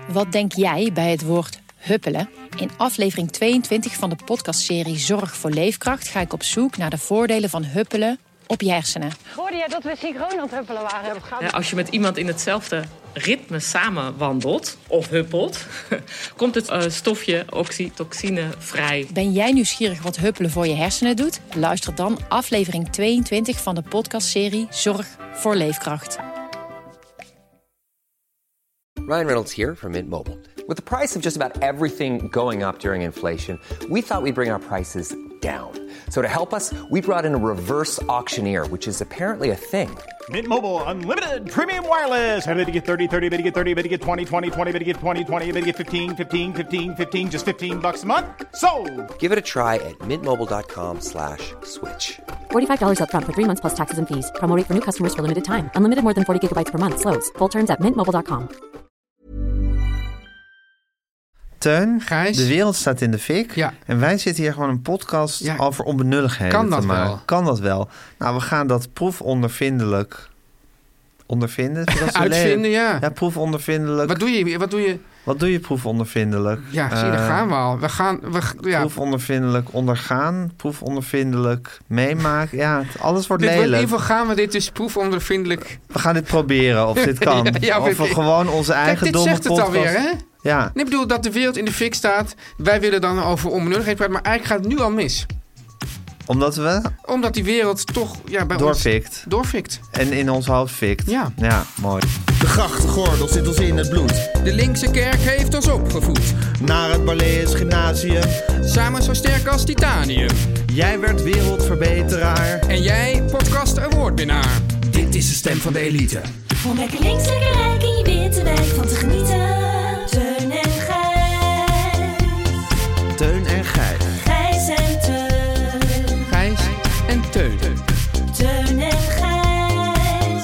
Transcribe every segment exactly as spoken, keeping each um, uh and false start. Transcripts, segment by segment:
Wat denk jij bij het woord huppelen? In aflevering tweeëntwintig van de podcastserie Zorg voor Leefkracht ga ik op zoek naar de voordelen van huppelen op je hersenen. Hoorde jij dat we synchroon aan het huppelen waren? Ja, als je met iemand in hetzelfde ritme samen wandelt of huppelt, komt het uh, stofje oxytocine vrij. Ben jij nieuwsgierig wat huppelen voor je hersenen doet? Luister dan aflevering tweeëntwintig van de podcastserie Zorg voor Leefkracht. Ryan Reynolds here from Mint Mobile. With the price of just about everything going up during inflation, we thought we'd bring our prices down. So to help us, we brought in a reverse auctioneer, which is apparently a thing. Mint Mobile Unlimited Premium Wireless. How to get thirty, thirty, bit to get thirty, bit to get twenty, twenty, twenty, bit to get twenty, twenty, bit to get fifteen, fifteen, fifteen, fifteen, just fifteen bucks a month? Sold! Give it a try at mintmobile.com slash switch. forty-five dollars up front for three months plus taxes and fees. Promo rate for new customers for limited time. Unlimited more than forty gigabytes per month. Slows full terms at mint mobile dot com. Teun, Gijs? De wereld staat in de fik. Ja. En wij zitten hier gewoon een podcast Ja. over onbenulligheden Kan dat te maken. wel? Kan dat wel? Nou, we gaan dat proefondervindelijk ondervinden. Vind je dat zo Uitvinden, lelijk? ja. Ja, proefondervindelijk. Wat doe je? Wat doe je? Wat doe je proefondervindelijk? Ja, zie je, daar Eh, gaan we al. We gaan... We, ja. Proefondervindelijk ondergaan, proefondervindelijk meemaken. Ja, het- alles wordt Dit, in lelijk. ieder geval gaan we dit dus proefondervindelijk... We gaan dit proberen of dit kan. Ja, ja, of we weet ik. gewoon onze Kijk, eigen dit domme zegt het podcast... alweer, hè? Ja, Nee, ik bedoel dat de wereld in de fik staat. Wij willen dan over onbenulligheid praten, maar eigenlijk gaat het nu al mis. omdat we Omdat die wereld toch ja, bij doorfikt. ons doorfikt. En in ons hoofd fikt. Ja. Ja, mooi. De grachtgordel zit ons in het bloed. De linkse kerk heeft ons opgevoed. Naar het Barlees Gymnasium. Samen zo sterk als titanium. Jij werd wereldverbeteraar. En jij podcast awardwinnaar. Dit is de stem van de elite. Om lekker links, lekker rijk in je witte wijk van te genieten. Teun en Gijs. Teun en Gijs. Gijs en Teun. Gijs en Teun. Teun en Gijs.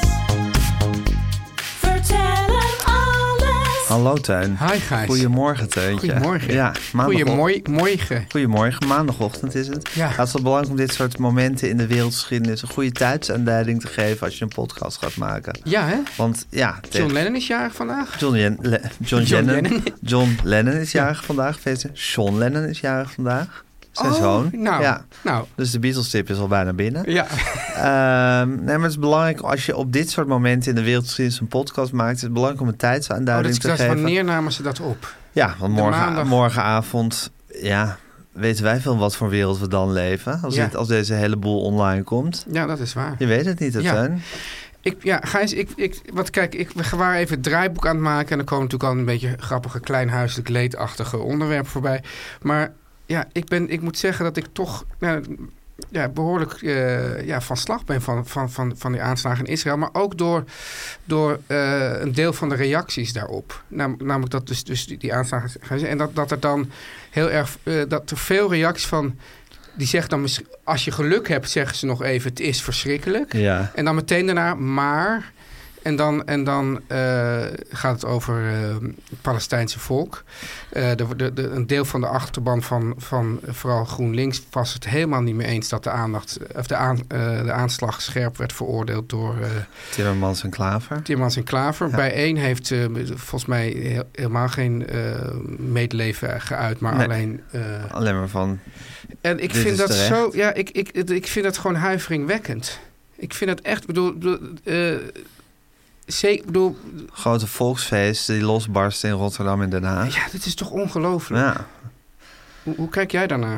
Vertel hem alles. Hallo Teun. Hi Gijs. Goedemorgen Teuntje. Goedemorgen. Ja, maandag... Goedemorgen. Goedemorgen, maandagochtend is het. Ja. Ja, het is wel belangrijk om dit soort momenten in de wereldgeschiedenis een goede tijdsaanduiding te geven als je een podcast gaat maken. Ja, hè? Want ja, John tegen- Lennon is jarig vandaag. John, Jen- Le- John, John Lennon. Lennon. John Lennon is jarig vandaag. Sean Lennon is jarig vandaag. Zijn Oh, zoon. nou, ja. nou. Dus de Beatles-tip is al bijna binnen. Ja. Ehm, nee, maar het is belangrijk als je op dit soort momenten in de wereldgeschiedenis een podcast maakt. Is het belangrijk om een Oh, dat tijdsaanduiding is te dat geven. wanneer namen ze dat op? Ja, want De morgen, maandag. morgenavond, ja, weten wij veel wat voor wereld we dan leven. Als, Ja. dit, als deze hele boel online komt. Ja, dat is waar. Je weet het niet, hè, Ja. Teun? Ik, ja, Gijs, ik, ik, wat, kijk, ik, we waren even het draaiboek aan het maken. En dan komen natuurlijk al een beetje grappige, kleinhuiselijk leedachtige onderwerpen voorbij. Maar ja, ik, ben, ik moet zeggen dat ik toch nou, ja, behoorlijk eh, ja, van slag ben van, van, van, van die aanslagen in Israël. Maar ook door, door eh, een deel van de reacties daarop. Nam, namelijk dat dus, dus die, die aanslagen... En dat, dat er dan heel erg... eh, dat er veel reacties van... Die zeggen dan, misschien- als je geluk hebt, zeggen ze nog even... het is verschrikkelijk. Ja. En dan meteen daarna, maar... En dan, en dan uh, gaat het over uh, het Palestijnse volk. Uh, de, de, de, een deel van de achterban van, van uh, vooral GroenLinks... was het helemaal niet mee eens dat de, aandacht, of de, aan, uh, de aanslag scherp werd veroordeeld... door uh, Timmermans en Klaver. Timmermans en Klaver. Ja. Bij één heeft uh, volgens mij heel, helemaal geen uh, medeleven geuit, maar Nee. alleen... Uh, Alleen maar van... en ik dit vind is dat terecht. zo... Ja, ik, ik, ik vind dat gewoon huiveringwekkend. Ik vind dat echt... bedoel, bedoel uh, Zeker, bedoel... Grote volksfeesten die losbarsten in Rotterdam en Den Haag. Ja, dit is toch ongelooflijk? Ja. Hoe, hoe kijk jij daarnaar?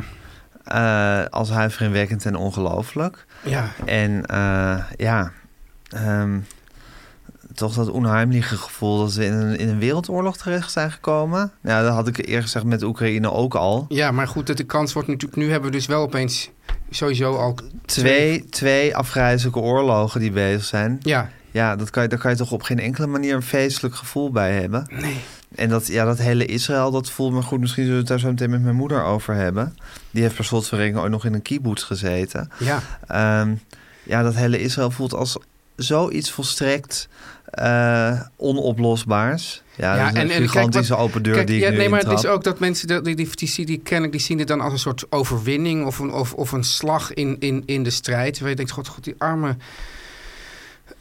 Uh, als huiveringwekkend en ongelooflijk. Ja. En uh, ja... Um, toch dat onheimliche gevoel dat we in een, in een wereldoorlog terecht zijn gekomen. Ja, dat had ik eerst gezegd met Oekraïne ook al. Ja, maar goed, dat de kans wordt natuurlijk... Nu hebben we dus wel opeens sowieso al... Twee, twee afgrijzelijke oorlogen die bezig zijn. Ja. Ja, dat kan je, daar kan je toch op geen enkele manier een feestelijk gevoel bij hebben. Nee. En dat, ja, dat hele Israël, dat voelt me goed. Misschien zullen we het daar zo meteen met mijn moeder over hebben. Die heeft per slotverrekening ook nog in een kibbutz gezeten. Ja. Um, ja, dat hele Israël voelt als zoiets volstrekt uh, onoplosbaars. Ja, Ja, dat is een en- en gigantische kijk, wat- open deur Kijk, die ik ja, nu nee, maar het intrap. is ook dat mensen die, die, die, die, die kennen, die zien het dan als een soort overwinning of een, of, of een slag in, in, in de strijd. Terwijl je denkt, god, god, die arme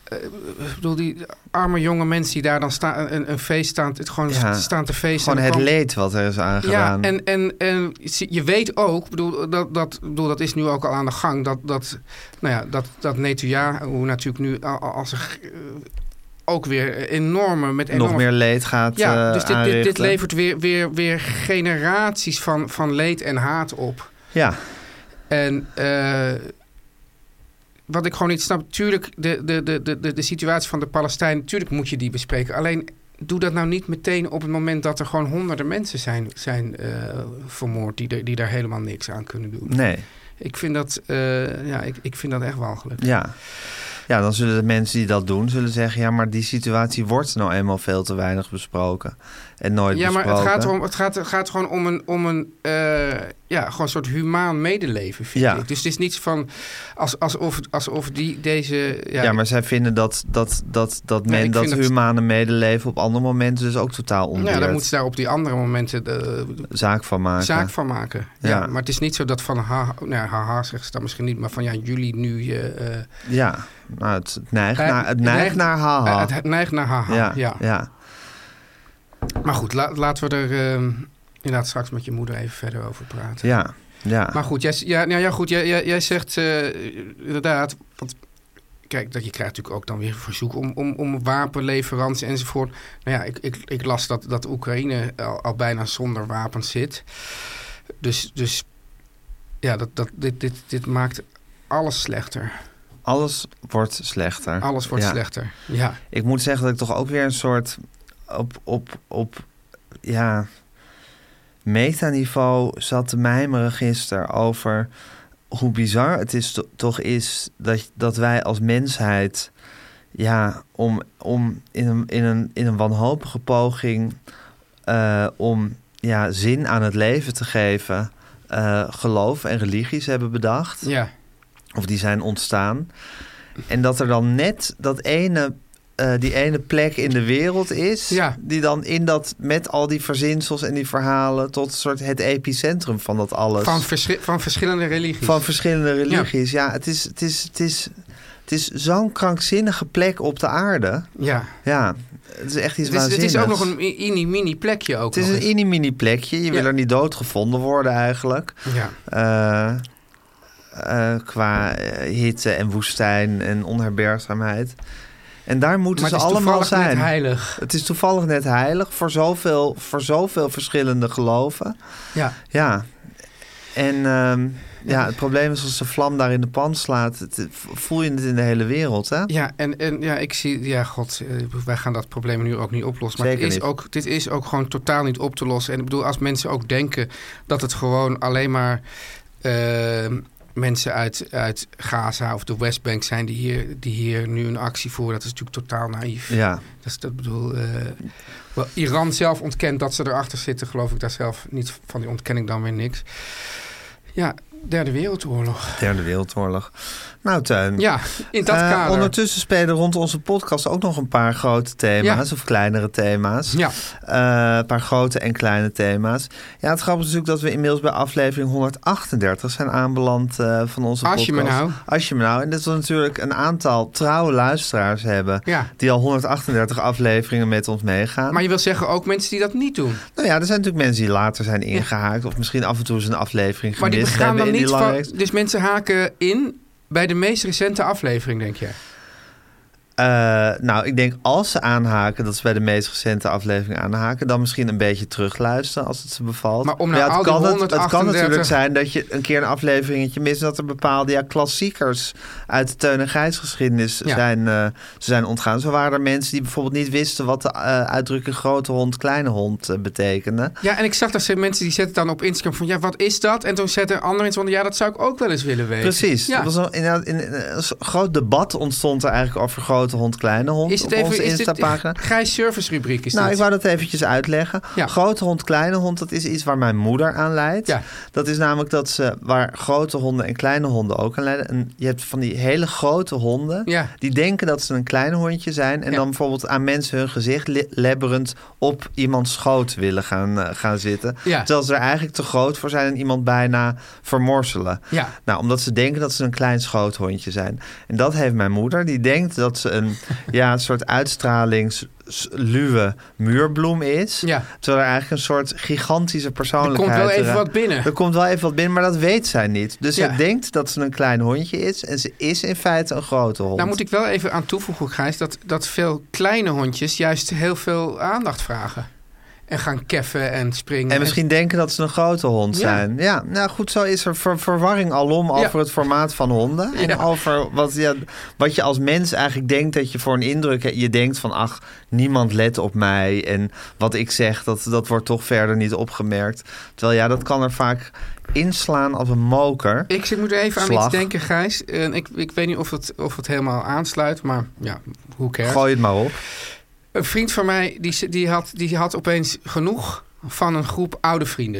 Uh, ik bedoel, die arme jonge mensen die daar dan staan, een, een feest staan, het gewoon Ja, staan te feesten. Gewoon het kwam, leed wat er is aangedaan. Ja, en, en, en je weet ook, bedoel, dat, dat, bedoel, dat is nu ook al aan de gang, dat, dat, nou ja, dat, dat Netanyahu natuurlijk nu als er uh, ook weer enorme... met enorme, nog meer leed gaat Ja, uh, dus dit, dit, dit levert weer, weer, weer generaties van, van leed en haat op. Ja. En... Uh, wat ik gewoon niet snap, natuurlijk de, de, de, de, de situatie van de Palestijnen, natuurlijk moet je die bespreken. Alleen doe dat nou niet meteen op het moment dat er gewoon honderden mensen zijn, zijn uh, vermoord die, de, die daar helemaal niks aan kunnen doen. Nee. Ik vind dat, uh, ja, ik, ik vind dat echt walgelijk. Ja. Ja, dan zullen de mensen die dat doen, zullen zeggen... ja, maar die situatie wordt nou eenmaal veel te weinig besproken. En nooit ja, besproken. Ja, maar het gaat, om, het, gaat, het gaat gewoon om een, om een uh, ja, gewoon een soort humaan medeleven, vind ja. ik. Dus het is niet van als, alsof, alsof die deze... Ja, ja, maar zij vinden dat, dat, dat, dat men nee, dat humane dat... medeleven op andere momenten dus ook totaal onweert. Ja, dan moeten ze daar op die andere momenten de, zaak van maken. Zaak van maken, ja. ja. Maar het is niet zo dat van haha, nou, haha zeggen ze dat misschien niet, maar van ja, jullie nu... Uh, ja, nou, het, het neigt uh, naar, het neigt neigt, naar haha. Uh, het neigt naar haha, ja. ja. ja. Maar goed, la, laten we er uh, inderdaad straks met je moeder even verder over praten. Ja, ja. Maar goed, jij, ja, nou ja, goed, jij, jij, jij zegt uh, inderdaad... Want, kijk, dat je krijgt natuurlijk ook dan weer verzoek om, om, om wapenleveranties enzovoort. Nou ja, ik, ik, ik las dat, dat Oekraïne al, al bijna zonder wapens zit. Dus, dus ja, dat, dat, dit, dit, dit maakt alles slechter. Alles wordt slechter. Alles wordt ja. slechter, ja. Ik moet zeggen dat ik toch ook weer een soort... op, op, op ja, metaniveau zat te mijmeren gisteren over hoe bizar het is to, toch is dat, dat wij als mensheid, ja, om, om in, een, in, een, in een wanhopige poging uh, om ja, zin aan het leven te geven, uh, geloof en religies hebben bedacht. Ja. Of die zijn ontstaan. En dat er dan net dat ene... Uh, die ene plek in de wereld is... Ja. die dan in dat, met al die verzinsels en die verhalen... tot een soort het epicentrum van dat alles. Van, verschi- van verschillende religies. Van verschillende religies, ja. ja het, is, het, is, het, is, het is zo'n krankzinnige plek op de aarde. Ja. Ja, het is echt iets het is, waanzinnigs. Het is ook nog een mini-mini plekje ook. Het is een mini-mini plekje. Je ja. wil er niet doodgevonden worden eigenlijk. Ja. Uh, uh, qua hitte en woestijn en onherbergzaamheid... En daar moeten ze allemaal zijn. Het is toevallig net heilig. Het is toevallig net heilig voor zoveel, voor zoveel verschillende geloven. Ja. Ja. En um, ja, het probleem is als de vlam daar in de pan slaat, het, voel je het in de hele wereld, hè? Ja, en, en ja, ik zie, ja, god, wij gaan dat probleem nu ook niet oplossen. Maar Zeker het is niet. ook, dit is ook gewoon totaal niet op te lossen. En ik bedoel, als mensen ook denken dat het gewoon alleen maar... Uh, mensen uit, uit Gaza of de Westbank zijn die hier, die hier nu een actie voeren. Dat is natuurlijk totaal naïef. Ja. Dat is, dat bedoel, uh, well, Iran zelf ontkent dat ze erachter zitten. Geloof ik daar zelf niet van die ontkenning dan weer niks. Ja, derde wereldoorlog. Derde wereldoorlog. Nou, Teun. Ja, in dat uh, kader. Ondertussen spelen rond onze podcast ook nog een paar grote thema's. Ja. Of kleinere thema's. Ja. Uh, een paar grote en kleine thema's. Ja, het grappige is natuurlijk dat we inmiddels bij aflevering honderdachtendertig zijn aanbeland uh, van onze podcast. Als je me nou. Als je me nou. En dat we natuurlijk een aantal trouwe luisteraars hebben. Ja. Die al honderdachtendertig afleveringen met ons meegaan. Maar je wil zeggen ook mensen die dat niet doen. Nou ja, er zijn natuurlijk mensen die later zijn ingehaakt. Ja. Of misschien af en toe eens een aflevering gemist maar die gaan hebben. Dan niet van, dus mensen haken in... bij de meest recente aflevering, denk je? Uh, nou, ik denk als ze aanhaken, dat ze bij de meest recente aflevering aanhaken, dan misschien een beetje terugluisteren als het ze bevalt. Maar om nou ja, het, al die kan het, honderdachtendertig... het kan natuurlijk zijn dat je een keer een afleveringetje mist, dat er bepaalde ja, klassiekers uit de Teun en Gijs geschiedenis ja. zijn, uh, zijn ontgaan. Zo waren er mensen die bijvoorbeeld niet wisten wat de uh, uitdrukking grote hond, kleine hond uh, betekende. Ja, en ik zag dat ze mensen die zetten dan op Instagram van ja, wat is dat? En toen zetten andere mensen van ja, dat zou ik ook wel eens willen weten. Precies. Ja. Er was een, een, een, een groot debat ontstond er eigenlijk over grote hond, kleine hond. Is het op even, onze is Insta-pagina. Dit Gijs service rubriek is Nou, dit. ik wou dat eventjes uitleggen. Ja. Grote hond, kleine hond, dat is iets waar mijn moeder aan leidt. Ja. Dat is namelijk dat ze, waar grote honden en kleine honden ook aan leiden. En je hebt van die hele grote honden, ja. die denken dat ze een klein hondje zijn. En ja. dan bijvoorbeeld aan mensen hun gezicht li- lebberend op iemands schoot willen gaan, uh, gaan zitten. Ja. Terwijl ze er eigenlijk te groot voor zijn en iemand bijna vermorselen. Ja. Nou, omdat ze denken dat ze een klein schoothondje zijn. En dat heeft mijn moeder. Die denkt dat ze een ja, een soort uitstralingsluwe muurbloem is. Ja. Terwijl er eigenlijk een soort gigantische Er persoonlijkheid... komt wel even er- wat binnen. Er komt wel even wat binnen, maar dat weet zij niet. Dus Ja. zij denkt dat ze een klein hondje is en ze is in feite een grote hond. Nou moet ik wel even aan toevoegen, Gijs, dat, dat veel kleine hondjes juist heel veel aandacht vragen. En gaan keffen en springen. En misschien denken dat ze een grote hond Ja. zijn. Ja, nou goed, zo is er ver- verwarring alom over Ja. het formaat van honden. En Ja. over wat, ja, wat je als mens eigenlijk denkt dat je voor een indruk hebt. Je denkt van, ach, niemand let op mij. En wat ik zeg, dat, dat wordt toch verder niet opgemerkt. Terwijl ja, dat kan er vaak inslaan als een moker. Ik moet er even aan Slag. iets denken, Gijs. En ik, ik weet niet of het, of het helemaal aansluit, maar ja, who cares? Gooi het maar op. Een vriend van mij, die, die, had, die had opeens genoeg van een groep oude vrienden.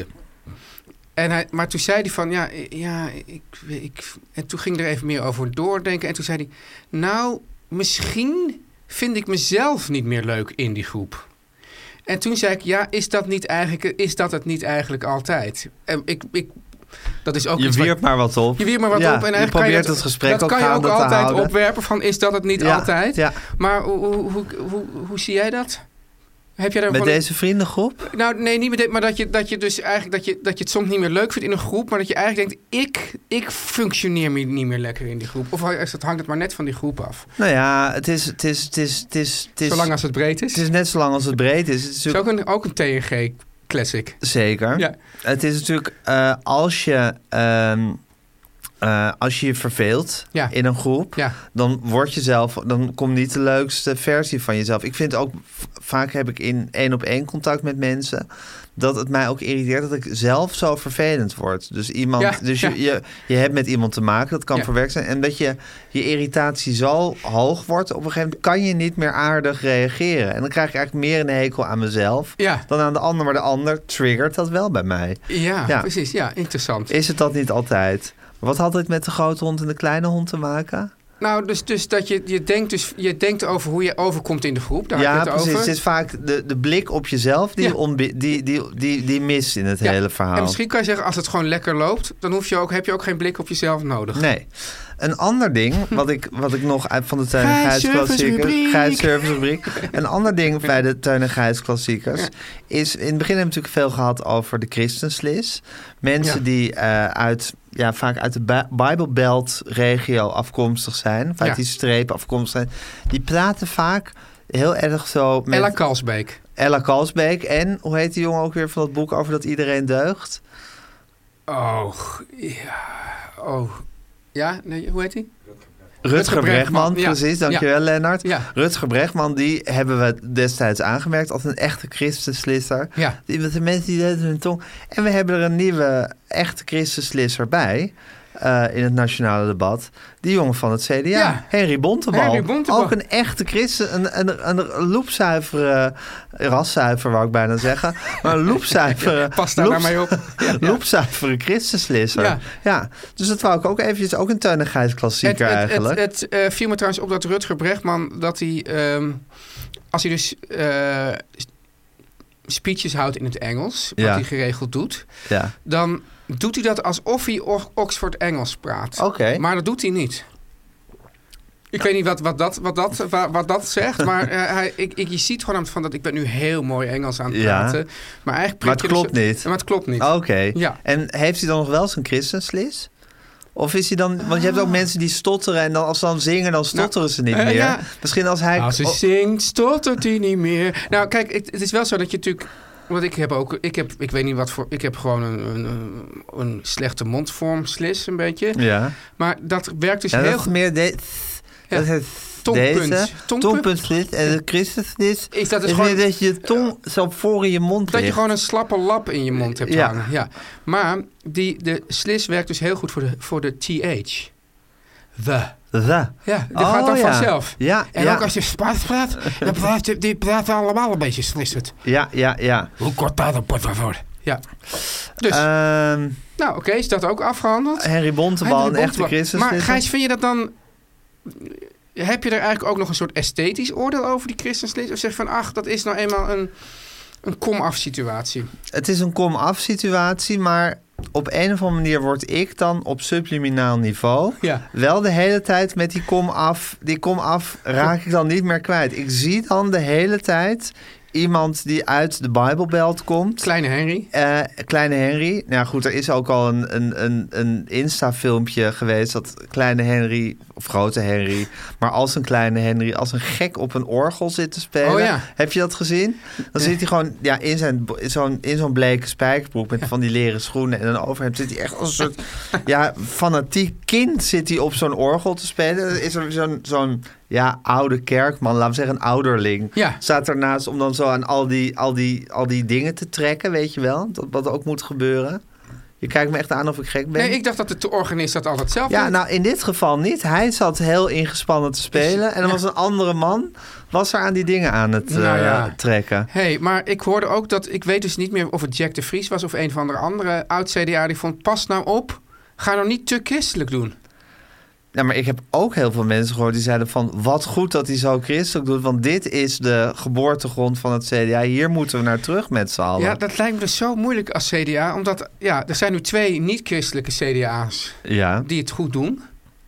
En hij, maar toen zei hij van, ja, ja ik, ik... En toen ging er even meer over doordenken. En toen zei hij, nou, misschien vind ik mezelf niet meer leuk in die groep. En toen zei ik, ja, is dat, niet eigenlijk, is dat het niet eigenlijk altijd? En ik... ik dat is ook Je iets wat- wierp maar wat op. Je wierp maar wat Ja, op. En je eigenlijk kan probeert dat, het gesprek dat ook kan je ook gaande te altijd houden. opwerpen van, is dat het niet Ja, altijd? ja. Maar hoe, hoe, hoe, hoe, hoe zie jij dat? Heb jij daar Met gewoon- deze vriendengroep? Nou, nee, niet met dit, maar dat je, dat je dus eigenlijk dat je, dat je het soms niet meer leuk vindt in een groep, maar dat je eigenlijk denkt, ik, ik functioneer me niet meer lekker in die groep. Of is dat, hangt het maar net van die groep af? Nou ja, het is... Het is, het is, het is, het is Zolang als het breed is. Het is net zolang als het breed is. Het is Het is ook een, ook een T N G classic. Zeker. Ja. Het is natuurlijk uh, als je ehm, uh, als je je verveelt Ja. in een groep, Ja. dan word je zelf, dan komt niet de leukste versie van jezelf. Ik vind ook vaak heb ik in één op één contact met mensen dat het mij ook irriteert dat ik zelf zo vervelend word. Dus iemand, Ja, dus ja. je, je, je hebt met iemand te maken, dat kan Ja. verwerkt zijn. En dat je je irritatie zo hoog wordt, op een gegeven moment kan je niet meer aardig reageren. En dan krijg ik eigenlijk meer een hekel aan mezelf Ja. dan aan de ander. Maar de ander triggert dat wel bij mij. Ja, Ja. precies. Ja, interessant. Is het dat niet altijd? Wat had het met de grote hond en de kleine hond te maken? Nou, dus, dus dat je, je, denkt dus, je denkt over hoe je overkomt in de groep. Daar Ja, heb je het precies. over. Het is vaak de, de blik op jezelf die, Ja. je onbe- die, die, die, die mist in het Ja. hele verhaal. En misschien kan je zeggen, als het gewoon lekker loopt, dan hoef je ook, heb je ook geen blik op jezelf nodig. Nee. Een ander ding, wat ik, wat ik nog uit van de Teun en Gijs Gijs Service klassiekers... rubriek. Gijs Service rubriek. Een ander ding bij de Teun en Gijs klassiekers Ja. is... In het begin hebben we natuurlijk veel gehad over de christenslis. Mensen Ja. die uh, uit... Ja, vaak uit de Bi- Bible Belt regio afkomstig zijn. Of uit Ja. die streep afkomstig zijn. Die praten vaak heel erg zo met... Ella Kalsbeek. Ella Kalsbeek. En, hoe heet die jongen ook weer van dat boek over dat iedereen deugt? Oh, ja. Oh. Ja, nee, hoe heet hij? Rutger Bregman, ja. precies. Dankjewel, Ja. Lennart. Ja. Rutger Bregman, die hebben we destijds aangemerkt als een echte christenslisser. Ja. Die, met de mensen die deden hun tong. En we hebben er een nieuwe echte christenslisser bij. Uh, in het nationale debat. Die jongen van het C D A. Ja. Henry Bontebal. Henry Bontebal. Ook een echte christen. Een, een, een loepzuivere... Raszuiver wou ik bijna zeggen. Maar een loepzuivere... Pas daar nou mee op. Ja. Loepzuivere christenslisser. Ja. Ja. Dus dat wou ik ook eventjes... Ook een Teun en Gijs klassieker het, het, eigenlijk. Het, het uh, viel me trouwens op dat Rutger Bregman, dat hij, um, als hij dus uh, speeches houdt in het Engels, wat Ja. hij geregeld doet, Ja. dan doet hij dat alsof hij o- Oxford Engels praat. Oké. Maar dat doet hij niet. Ik weet niet wat, wat, dat, wat, dat, wat, wat dat zegt, maar uh, hij, ik, ik, je ziet gewoon van dat ik ben nu heel mooi Engels aan het Ja. praten. Maar eigenlijk Maar het prikt je klopt dus- niet. Maar het klopt niet. Oké. Ja. En heeft hij dan nog wel zijn christenslis? Of is hij dan... Want je hebt ook mensen die stotteren... en dan, als ze dan zingen, dan stotteren ze niet eh, meer. ja. Misschien als hij... Als hij oh, zingt, stottert hij niet meer. Nou, kijk, het, het is wel zo dat je natuurlijk... Want ik heb ook... Ik heb, ik weet niet wat voor... Ik heb gewoon een, een, een slechte mondvormslis, een beetje. ja. Maar dat werkt dus Ja, heel dat is goed. meer... De, Ja. dat is Tongpunt. deze. Tongpunt. Tongpuntslis. En de christenslis... Is dat dus is gewoon- meer dat je je tong zo voor in je mond Dat je ligt. gewoon een slappe lap in je mond hebt Ja. hangen. Ja. Maar die, de slis werkt dus heel goed voor de, voor de T H. The. The. Ja, dat Oh, gaat dan ja. vanzelf. Ja, En ja. ook als je Spaans praat, dan praat je, die praten allemaal een beetje slissend. Ja, ja, ja. Hoe cortado, por favor. Ja. Dus, Ehm, nou oké, is dat ook afgehandeld? Henry Bontebal, Henry een echte Bontebal. christenslis. Maar Gijs, vind je dat dan... Heb je er eigenlijk ook nog een soort esthetisch oordeel over die christenslis? Of zeg je van, ach, dat is nou eenmaal een, een kom-af situatie? Het is een kom-af situatie, maar op een of andere manier word ik dan op subliminaal niveau... Ja. wel de hele tijd met die kom af... die kom af raak ik dan niet meer kwijt. Ik zie dan de hele tijd... iemand die uit de Bijbelbelt komt. Kleine Henry. Uh, Kleine Henry. Nou goed, er is ook al een, een, een, een Insta-filmpje geweest... dat Kleine Henry, of Grote Henry... maar als een Kleine Henry als een gek op een orgel zit te spelen. Oh ja. Heb je dat gezien? Dan zit hij gewoon ja, in, zijn, in, zo'n, in zo'n bleke spijkerbroek... met van die leren schoenen en een overhemd... zit hij echt als een soort ja, fanatiek kind zit hij op zo'n orgel te spelen. Er is er zo'n... zo'n ja, oude kerkman, laten we zeggen een ouderling... Ja. staat ernaast om dan zo aan al die, al, die, al die dingen te trekken, weet je wel? Dat, wat ook moet gebeuren. Je kijkt me echt aan of ik gek ben. Nee, ik dacht dat de organist dat altijd zelf Ja, deed. nou in dit geval niet. Hij zat heel ingespannen te spelen... en er Ja. was een andere man... was er aan die dingen aan het uh, Nou ja. trekken. Hey, maar ik hoorde ook dat... Ik weet dus niet meer of het Jack de Vries was... of een van de andere oud-C D A die vond... pas nou op, ga nou niet te christelijk doen. Ja, maar ik heb ook heel veel mensen gehoord die zeiden van... wat goed dat hij zo christelijk doet... want dit is de geboortegrond van het C D A. Hier moeten we naar terug met z'n allen. Ja, dat lijkt me dus zo moeilijk als C D A. Omdat, ja, er zijn nu twee niet-christelijke C D A's... Ja, die het goed doen.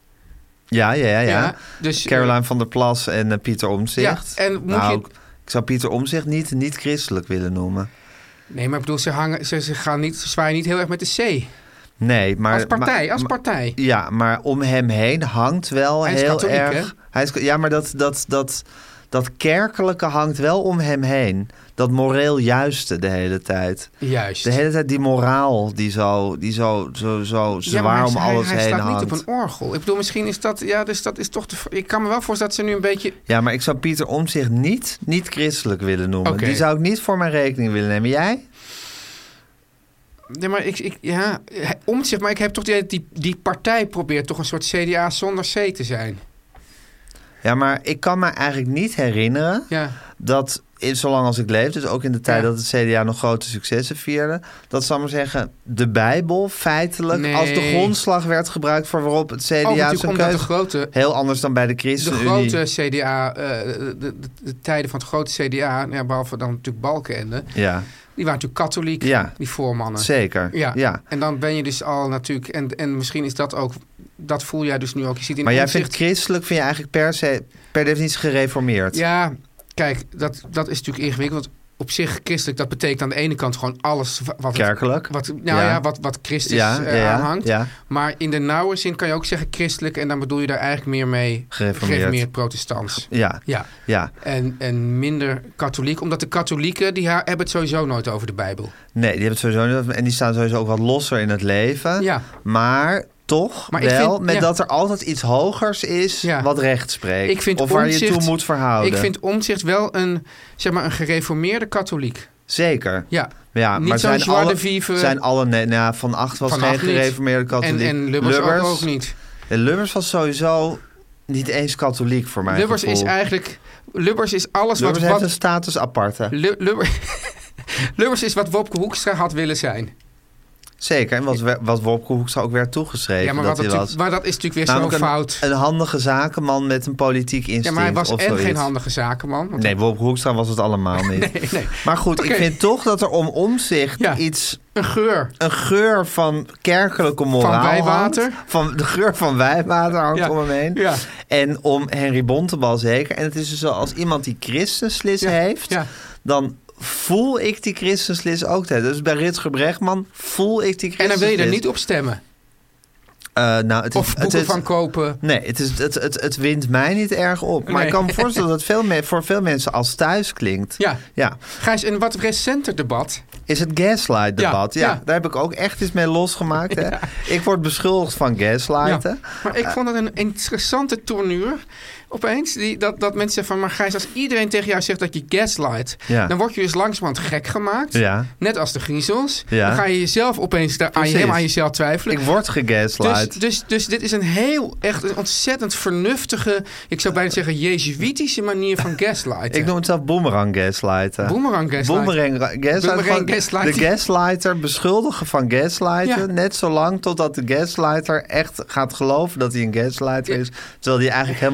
ja, ja. ja, ja. Ja, dus, Caroline van der Plas en uh, Pieter Omtzigt. Ja, en moet nou, je- ik zou Pieter Omtzigt niet niet-christelijk willen noemen. Nee, maar ik bedoel, ze, hangen, ze, ze, gaan niet, ze zwaaien niet heel erg met de C. Nee, maar... Als partij, maar- als maar- partij. Ja, maar om hem heen hangt wel Hij is heel katholiek, erg... hè? Hij is, ja, maar dat, dat, dat, dat kerkelijke hangt wel om hem heen. Dat moreel juiste de hele tijd. Juist. De hele tijd die moraal die zo, die zo, zo, zo Ja, maar zwaar hij, om hij- alles hij heen staat hangt. niet op een orgel. Ik bedoel, misschien is dat... Ja, dus dat is toch... De, ik kan me wel voorstellen dat ze nu een beetje... Ja, maar ik zou Pieter Omtzigt niet, niet christelijk willen noemen. Oké. Die zou ik niet voor mijn rekening willen nemen. Jij? Nee, maar ik... ik ja, om zich, maar ik heb toch die, die, die partij probeert toch een soort C D A zonder C te zijn. Ja, maar ik kan me eigenlijk niet herinneren... Ja. dat, in- zolang als ik leef, dus ook in de tijd Ja. dat het C D A nog grote successen vierde... dat, zal ik maar zeggen, de Bijbel feitelijk Nee. als de grondslag werd gebruikt... voor waarop het C D A Oh, natuurlijk zijn omdat de keuze... grote... Heel anders dan bij de De ChristenUnie. grote C D A, eh, de, de, de tijden van het grote C D A, ja, behalve dan natuurlijk Balkenende, Ja, die waren natuurlijk katholiek, Ja. die voormannen. zeker. Ja. Ja. En dan ben je dus al natuurlijk, en, en misschien is dat ook, dat voel jij dus nu ook. Je ziet in Maar jij Omtzigt- vindt christelijk vind je eigenlijk per se, per definitie gereformeerd. Ja, kijk, dat, dat is natuurlijk ingewikkeld. Want op zich christelijk, dat betekent aan de ene kant gewoon alles wat het- Kerkelijk. Wat, nou ja, Ja. wat, wat Christus Ja, eh, ja, ja, aanhangt. ja. Maar in de nauwe zin kan je ook zeggen christelijk. En dan bedoel je daar eigenlijk meer mee Gereformeerd. protestants. Ja, Ja. ja. En, en minder katholiek. Omdat de katholieken, die ha- hebben het sowieso nooit over de Bijbel. Nee, die hebben het sowieso niet. En die staan sowieso ook wat losser in het leven. Ja. Maar toch Maar ik wel, vind- met ja. dat er altijd iets hogers is Ja. wat recht spreekt. Ik vind of waar je Omtzigt- toe moet verhouden. Ik vind Omtzigt wel een, zeg maar, een gereformeerde katholiek. Zeker. Ja. Ja, Niet maar zo'n zijn joie alle, de vivre. zijn alle nee, nou, van acht was Van geen Acht niet. gereformeerde katholiek. En, en Lubbers, ook, ook niet. En Lubbers was sowieso niet eens katholiek voor mij. Lubbers is eigenlijk... Lubbers is alles Lubbers wat... heeft wat een status aparte. Lu- Lubbers, Lubbers is wat Wopke Hoekstra had willen zijn. Zeker. En wat, wat Wopke Hoekstra ook werd toegeschreven Ja, maar, dat wat hij natuurlijk- was. maar dat is natuurlijk weer zo'n Namelijk een, fout. een handige zakenman met een politiek instinct. Ja, maar hij was of en zoiets. geen handige zakenman. Want Nee, Wopke Hoekstra was het allemaal niet. nee, nee. Maar goed, Oké. ik vind toch dat er om Omtzigt Ja. iets... Een geur. Een geur van kerkelijke moraal Van wijwater. hangt. Van de geur van wijwater hangt Ja. om hem heen. Ja. En om Henry Bontebal zeker. En het is dus zo, als iemand die christenslis Ja. heeft... Ja. dan voel ik die christenslis ook. Dus bij Rutger Bregman voel ik die En christenslis. dan wil je er niet op stemmen. Uh, nou, het is, Of het boeken is- van kopen. Nee, het, is, het, het, het wint mij niet erg op. Maar Nee. ik kan me voorstellen dat het veel me- voor veel mensen als thuis klinkt. Ja. Ja. Gijs, een wat recenter debat. Is het gaslight-debat? Ja, Ja, ja. daar heb ik ook echt iets mee losgemaakt. Hè? Ik word beschuldigd van gaslighten. Maar ik vond het een interessante tournure. Opeens, die, dat, dat mensen zeggen van... Maar Gijs, als iedereen tegen jou zegt dat je gaslight... Ja. dan word je dus langzamerhand gek gemaakt. Ja. Net als de griezels. Ja. Dan ga je jezelf opeens daar aan je, Precies. helemaal aan jezelf twijfelen. Ik word Dus, gegaslight. dus, dus dit is een heel, echt een ontzettend vernuftige... ik zou bijna zeggen jezuïtische manier van gaslighten. Ik noem het zelf boomerang gaslighten. Boomerang gaslighten. Boomerang gaslighten. Boomerang Gewoon gaslighten. De gaslighter beschuldigen van gaslighten. Ja. Net zolang totdat de gaslighter echt gaat geloven dat hij een gaslighter Ja. is. Terwijl hij eigenlijk helemaal geen gaslighter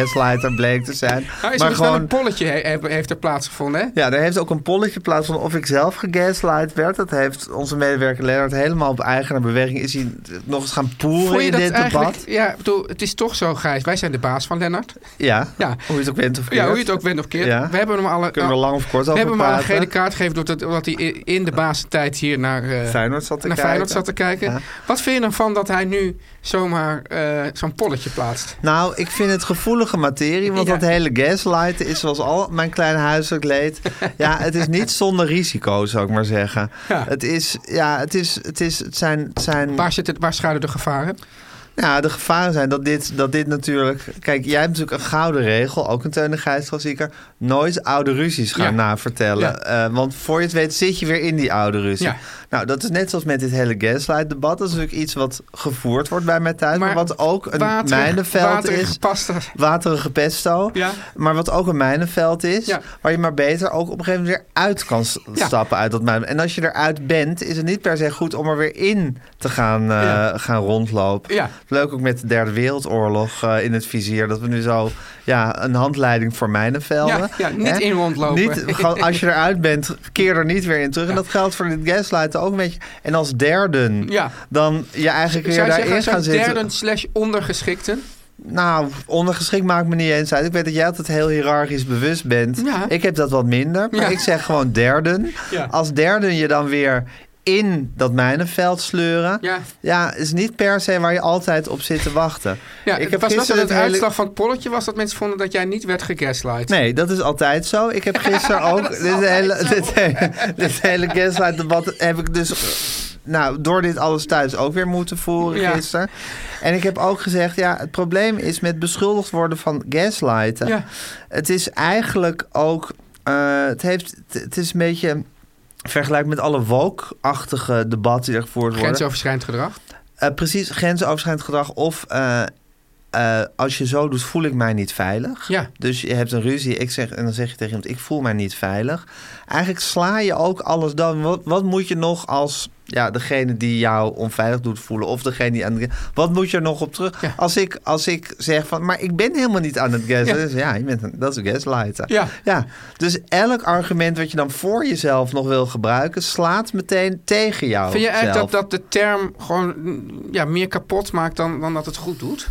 gaslighter bleek te zijn. Nou, is maar er dus gewoon... wel een polletje he- heeft er plaatsgevonden, hè? Ja, er heeft ook een polletje plaatsgevonden of ik zelf gegaslight werd. Dat heeft onze medewerker Lennart helemaal op eigen beweging. Is hij nog eens gaan poeren Vond je in dat dit eigenlijk... debat. Ja, ik bedoel, het is toch zo, Gijs. Wij zijn de baas van Lennart. Ja, Ja. hoe je het ook bent of keert. Ja, hoe je het ook bent of keert. Ja. We hebben hem alle... Kunnen we er lang of kort We over hebben hem al een praten. gele kaart gegeven doordat, doordat hij in de basentijd hier naar, uh, Feyenoord zat te naar kijken. Feyenoord zat te kijken. Ja. Wat vind je ervan dat hij nu zomaar uh, zo'n polletje plaatst? Nou, ik vind het gevoelige materie, want Ja. dat hele gaslighten is zoals al mijn klein huiselijk leed. Ja, het is niet zonder risico, zou ik maar zeggen. Ja. Het is, ja, het is, het is, het zijn, het zijn... Waar, zit het, waar schuilen de gevaren? Ja, de gevaren zijn dat dit, dat dit natuurlijk... Kijk, jij hebt natuurlijk een gouden regel, ook een Teun de Gijs klassieker. Nooit oude ruzies gaan Ja. navertellen. Ja. Uh, want voor je het weet zit je weer in die oude ruzie. Ja. Nou, dat is net zoals met dit hele gaslight-debat. Dat is natuurlijk iets wat gevoerd wordt bij mij thuis. Maar, Maar wat ook een waterig- mijnenveld waterige is. pasta. Waterige pesto. Ja. Maar wat ook een mijnenveld is. Ja. Waar je maar beter ook op een gegeven moment weer uit kan s- Ja. stappen uit dat mijnen. En als je eruit bent, is het niet per se goed om er weer in te gaan, uh, Ja. gaan rondlopen. Ja. Leuk ook met de Derde Wereldoorlog uh, in het vizier. Dat we nu zo ja, een handleiding voor mijnenvelden. Ja, ja, niet Hè? in rondlopen. Niet, gewoon, als je eruit bent, keer er niet weer in terug. En dat geldt voor dit gaslighten ook een beetje. En als derden, Ja. dan je eigenlijk weer Zou je daarin zeggen, gaan zo'n zitten. derden slash ondergeschikten? Nou, ondergeschikt maakt me niet eens uit. Ik weet dat jij altijd heel hiërarchisch bewust bent. Ja. Ik heb dat wat minder. Maar Ja. ik zeg gewoon derden. Ja. Als derden je dan weer in dat mijnenveld sleuren. Ja. Ja, is niet per se waar je altijd op zit te wachten. Ja, ik het heb was wel zo gisteren dat de het hele- uitslag van het polletje was dat mensen vonden dat jij niet werd gegaslight. Nee, dat is altijd zo. Ik heb gisteren ook... dit, hele, dit, hele, dit hele gaslight-debat heb ik dus... Nou, door dit alles thuis ook weer moeten voeren Ja. gisteren. En ik heb ook gezegd... Ja, het probleem is met beschuldigd worden van gaslighten. Ja. Het is eigenlijk ook... Uh, het, heeft, het is een beetje... Vergelijk met alle woke-achtige debatten die er gevoerd worden. Grensoverschrijdend gedrag. Uh, precies, grensoverschrijdend gedrag. Of uh, uh, als je zo doet, voel ik mij niet veilig. Ja. Dus je hebt een ruzie ik zeg, en dan zeg je tegen iemand, ik voel mij niet veilig. Eigenlijk sla je ook alles dood. Wat, wat moet je nog als ja, degene die jou onveilig doet voelen... of degene die aan de... Wat moet je er nog op terug? Ja. Als, ik, als ik zeg van, maar ik ben helemaal niet aan het gaslighten. Ja, ja je bent een, dat is een gaslighter. Ja. Ja. Dus elk argument wat je dan voor jezelf nog wil gebruiken... slaat meteen tegen jou. Vind je eigenlijk zelf. dat, dat de term gewoon ja, meer kapot maakt dan, dan dat het goed doet?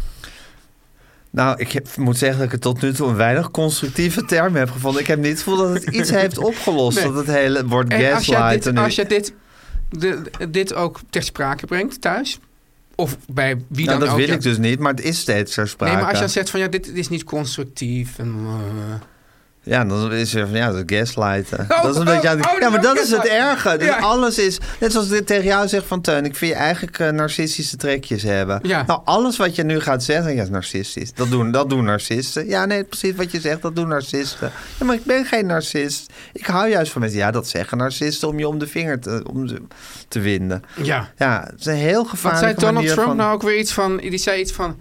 Nou, ik heb, moet zeggen dat ik het tot nu toe een weinig constructieve term heb gevonden. Ik heb niet het gevoel dat het iets heeft opgelost. Nee. Dat het hele woord En als jij gaslighten dit, nu... als jij dit, de, dit ook ter sprake brengt thuis... of bij wie Nou, dan dat ook... wil ja. ik dus niet, maar het is steeds ter sprake. Nee, maar als je dan zegt van ja, dit is niet constructief... En, uh, Ja, dan is er van ja, dat is gaslighten. Oh, dat is een oh, beetje aan de- oh, ja, maar dat dat is het gaslight. erge. Dus Ja. alles is... Net zoals ik tegen jou zeg van Teun, ik vind je eigenlijk uh, narcistische trekjes hebben. Ja. Nou, alles wat je nu gaat zeggen, ja, is narcistisch. Dat doen, dat doen narcisten. Ja, nee, precies wat je zegt, dat doen narcisten. Ja, maar ik ben geen narcist. Ik hou juist van mensen, ja, dat zeggen narcisten om je om de vinger te, om te, te winden. ja. Ja, het is een heel Wat gevaarlijke zei Donald manier Trump van... nou ook weer iets van... Die zei iets van...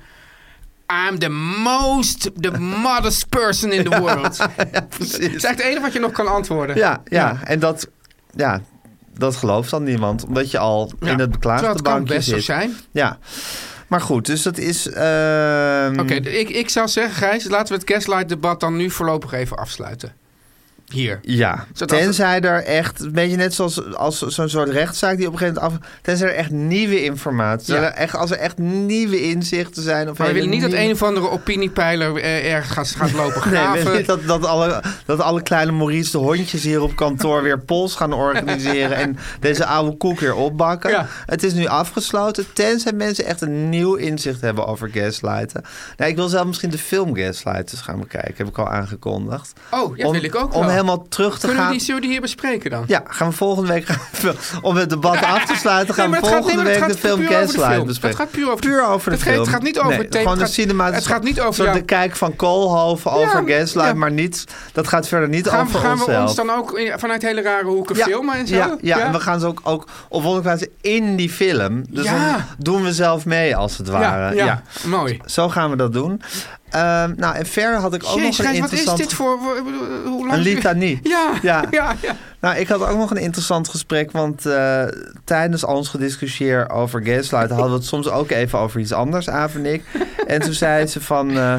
I'm the most, the modest person in the world. Ja, Dat is precies. eigenlijk het enige wat je nog kan antwoorden. Ja, ja, Ja. en dat, ja, dat gelooft dan niemand. Omdat je al Ja. in het beklaagde Terwijl het kan bankje best zo zit. zijn. Ja, maar goed, dus dat is... ehm, Oké, ik, ik zou zeggen, Gijs, laten we het gaslight-debat dan nu voorlopig even afsluiten. Hier. Ja, Zodat tenzij er echt... Een beetje net zoals als zo'n soort rechtszaak die op een gegeven moment af... Tenzij er echt nieuwe informatie... Ja. Er echt, als er echt nieuwe inzichten zijn... Of Maar we hele willen niet dat nieuwe- een of andere opiniepeiler eh, ergens gaat, gaat lopen Nee, we graven. willen niet dat, dat, alle, dat alle kleine Maurice de hondjes hier op kantoor weer pols gaan organiseren en deze oude koek weer opbakken. Ja. Het is nu afgesloten, tenzij mensen echt een nieuw inzicht hebben over gaslighten. Nou, ik wil zelf misschien de film Gaslighters gaan bekijken, heb ik al aangekondigd. Oh, ja, om, wil ik ook Om wel. helemaal terug te Kunnen we gaan... die, zullen we die hier bespreken dan? Ja, gaan we volgende week... Gaan we, om het debat af te sluiten, gaan Nee, we maar het gaat- volgende nee, maar week het de gaat film puur over de Gaslight film. bespreken. Het gaat puur over de- puur over de het gaat- film. het gaat niet over nee, het tape, gewoon het de gaat- cinematische... het gaat niet over zo jou. de kijk van Koolhoven over Ja, Gaslight, ja. maar niet... Dat gaat verder niet Gaan, over gaan we onszelf. ons dan ook in- vanuit hele rare hoeken filmen en zo? Ja, ja, en we gaan ze ook, ook op wonderlijke wijze in die film. Dus Ja. dan doen we zelf mee, als het ware. ja, Ja, mooi. Zo gaan we dat doen. Ehm, nou, en verder had ik ook Jezus, nog een Gijs, wat is interessant... dit voor... voor- voor- Hoe lang Een litanie. Ja, ja, Ja. ja. Nou, ik had ook nog een interessant gesprek, want uh, tijdens ons gediscussieer over gaslighten hadden we het soms ook even over iets anders, Aaf en ik. En toen zei ze van, uh,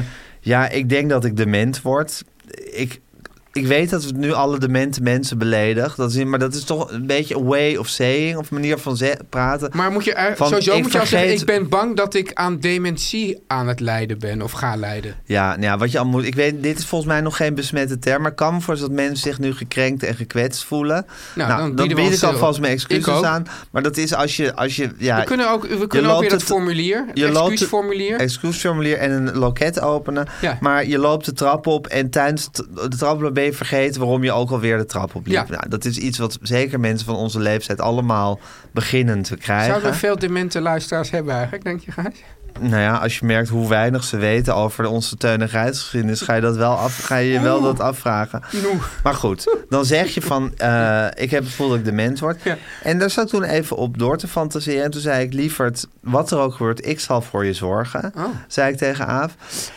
Ja, ik denk dat ik dement word. Ik, ik weet dat we nu alle demente mensen beledigen. Dat is, maar dat is toch een beetje een way of saying. Of een manier van ze- praten. Maar moet je er, Van, sowieso ik moet je al zeggen... vergeet- ik ben bang dat ik aan dementie aan het lijden ben. Of ga lijden. Ja, nou ja, wat je al moet... Ik weet, dit is volgens mij nog geen besmette term. Maar ik kan me voorstellen dat mensen zich nu gekrenkt en gekwetst voelen. Nou, Nou, dan dan, bieden we bied ons, ik eh, alvast mijn ik excuses ook. aan. Maar dat is als je... Als je ja, we kunnen ook, we kunnen ook loopt weer dat het- formulier. Het je loopt- excuusformulier. excuusformulier en een loket openen. Ja. Maar je loopt de trap op en tijdens t- de trap ben je vergeten waarom je ook alweer de trap op liep. Ja. Nou, dat is iets wat zeker mensen van onze leeftijd allemaal beginnen te krijgen. Zouden we veel demente luisteraars hebben eigenlijk, denk je, Gijs? Nou ja, als je merkt hoe weinig ze weten over onze Teun en Gijs geschiedenis, ga je dat wel af, ga je je wel dat afvragen. Oeh. Maar goed, dan zeg je van, uh, ik heb het gevoel dat ik dement word. Ja. En daar zat ik toen even op door te fantaseren. En toen zei ik, lieverd, wat er ook gebeurt, ik zal voor je zorgen. Oh. Zei ik tegen Aaf.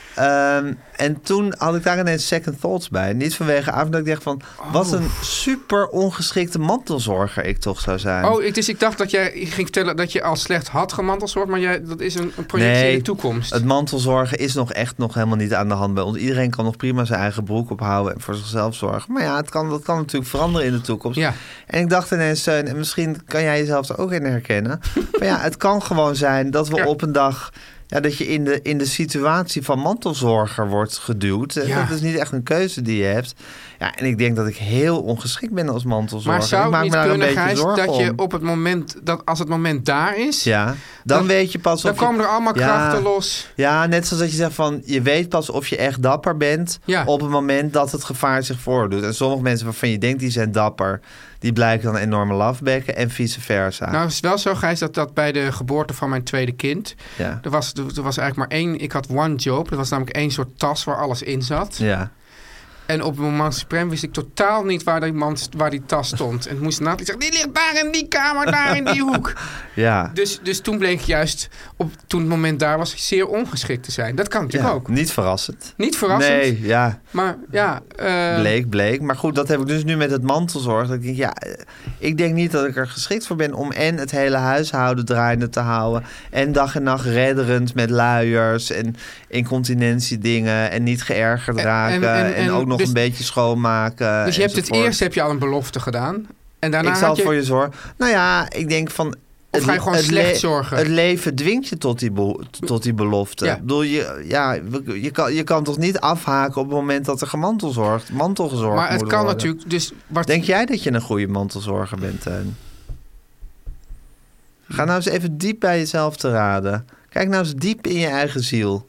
Um, en toen had ik daar ineens second thoughts bij. Niet vanwege Aaf, dat ik dacht van... Oh. wat een super ongeschikte mantelzorger ik toch zou zijn. Oh, ik, dus ik dacht dat jij ging vertellen dat je al slecht had gemantelzorgd, maar jij, dat is een, een projectie Nee, in de toekomst. Het mantelzorgen is nog echt nog helemaal niet aan de hand bij ons. Iedereen kan nog prima zijn eigen broek ophouden en voor zichzelf zorgen. Maar ja, het kan, dat kan natuurlijk veranderen in de toekomst. Ja. En ik dacht ineens, Teun, en misschien kan jij jezelf er ook in herkennen. Maar ja, het kan gewoon zijn dat we Ja. op een dag... Ja, dat je in de, in de situatie van mantelzorger wordt geduwd. Eh, Ja. Dat is niet echt een keuze die je hebt. Ja, en ik denk dat ik heel ongeschikt ben als mantelzorger. Maar zou ik maak het me niet daar een kunnen, beetje Gijs, zorgen dat je om. op het moment, dat als het moment daar is, Ja, dan, Dan- weet je pas dan of je... komen er allemaal Ja. krachten los. Ja, net zoals dat je zegt van... je weet pas of je echt dapper bent... Ja. op het moment dat het gevaar zich voordoet. En sommige mensen waarvan je denkt die zijn dapper... die blijken dan enorme lafbekken en vice versa. Nou, het is wel zo, Gijs, dat, dat bij de geboorte van mijn tweede kind... ja. Er was, er was eigenlijk maar één... Ik had one job. Er was namelijk één soort tas waar alles in zat. Ja. En op het moment suprem wist ik totaal niet waar die, man, waar die tas stond. En moest Nathalie zeggen, die ligt daar in die kamer, daar in die hoek. Ja. Dus, dus toen bleek juist, op, toen het moment daar was, zeer ongeschikt te zijn. Dat kan natuurlijk Ja, ook. niet verrassend. Niet verrassend. Nee, ja. Maar ja... eh, Bleek, bleek. Maar goed, dat heb ik dus nu met het mantelzorg. Dat ik denk, ja, eh, ik denk niet dat ik er geschikt voor ben... om en het hele huishouden draaiende te houden... en dag en nacht redderend met luiers... en incontinentiedingen en niet geërgerd En- raken... en- en, en- ook nog dus- een beetje schoonmaken. dus je hebt het enzovoort. eerst heb je al een belofte gedaan. En daarna Ik zal had je... voor je zorgen. Nou ja, ik denk van... Of ga je gewoon slecht zorgen? Het leven dwingt je tot die, beho- tot die belofte. Ja. Ik bedoel, je, ja, je, kan, je kan toch niet afhaken op het moment dat er gemantelzorgd, mantel gezorgd Maar het moet kan worden. natuurlijk... Dus wat, Denk jij dat je een goede mantelzorger bent, Teun? Ga nou eens even diep bij jezelf te raden. Kijk nou eens diep in je eigen ziel.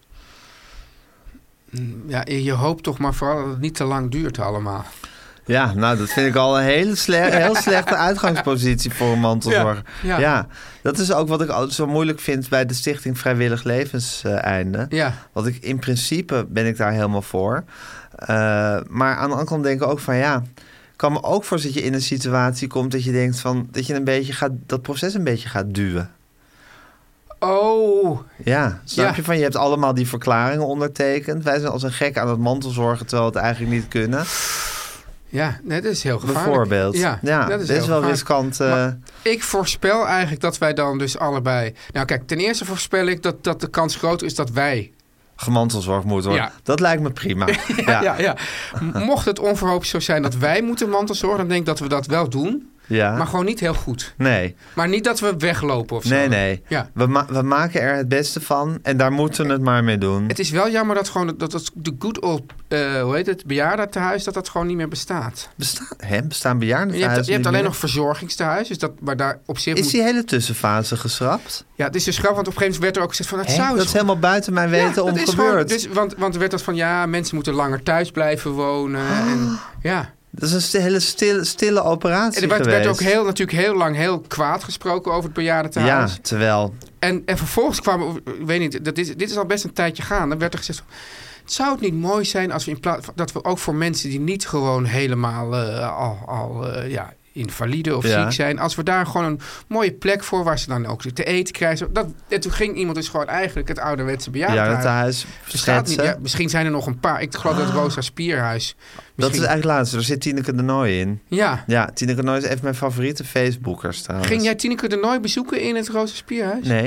ja, je je hoopt toch maar vooral dat het niet te lang duurt allemaal. Ja, nou, dat vind ik al een hele sle- heel slechte uitgangspositie voor een mantelzorger. Ja, Ja, ja. dat is ook wat ik altijd zo moeilijk vind bij de Stichting Vrijwillig Levenseinde. Ja. Want ik, in principe ben ik daar helemaal voor. Uh, maar aan de andere kant denk ik ook van ja... Ik kan me ook voor dat je in een situatie komt dat je denkt van... dat je een beetje gaat, dat proces een beetje gaat duwen. Oh, Ja, snap Ja. je van? Je hebt allemaal die verklaringen ondertekend. Wij zijn als een gek aan het mantelzorgen terwijl we het eigenlijk niet kunnen. ja, nee, dat is heel gevaarlijk. Bijvoorbeeld. Ja, Ja, dat is, dit is heel wel gevaarlijk. riskant. uh, Maar ik voorspel eigenlijk dat wij dan dus allebei... Nou kijk, ten eerste voorspel ik dat, dat de kans groter is dat wij... gemantelzorgd moet worden. Ja. Dat lijkt me prima. Ja, ja, ja. Mocht het onverhoopt zo zijn dat wij moeten mantelzorgen... dan denk ik dat we dat wel doen. Ja. Maar gewoon niet heel goed. Nee, Maar niet dat we weglopen of zo. nee, nee. Ja. We, ma- we maken er het beste van en daar moeten we het maar mee doen. Het is wel jammer dat gewoon dat, dat de good old, uh, hoe heet het, bejaardentehuis, dat dat gewoon niet meer bestaat. Besta- hè, bestaan bejaarden Je hebt, je hebt alleen nog verzorgingstehuis, dus dat, maar daar op zich Is moet... die hele tussenfase geschrapt? Ja, het is dus grappig, want op een gegeven moment werd er ook gezegd van... Het Hè? zou Dat is helemaal buiten mijn weten ja, om dat is gebeurd. gewoon- dus, want, want er werd dat van, ja, mensen moeten langer thuis blijven wonen. En, ja. Dat is een st- hele stille, stille operatie En er werd, geweest. werd ook heel, natuurlijk heel lang heel kwaad gesproken over het bejaardentehuis. Ja, terwijl... En, en vervolgens kwamen, ik weet niet, dat is, dit is al best een tijdje gaan. Dan werd er gezegd, zou het niet mooi zijn als we in plaats dat we ook voor mensen die niet gewoon helemaal uh, al, al uh, ja, invalide of Ja. ziek zijn, als we daar gewoon een mooie plek voor waar ze dan ook te eten krijgen. Dat, en toen ging iemand dus gewoon eigenlijk het ouderwetse bejaardentehuis. Bejaardentehuis Bestaat niet. schetsen. Ja, misschien zijn er nog een paar. Ik geloof dat Rosa Spierhuis. Dat is Misschien- eigenlijk laatste. Er zit Tineke de Nooi in. Ja. Ja, Tineke de Nooi is even mijn favoriete Facebookers trouwens. Ging jij Tineke de Nooi bezoeken in het Rosa Spierhuis? Nee.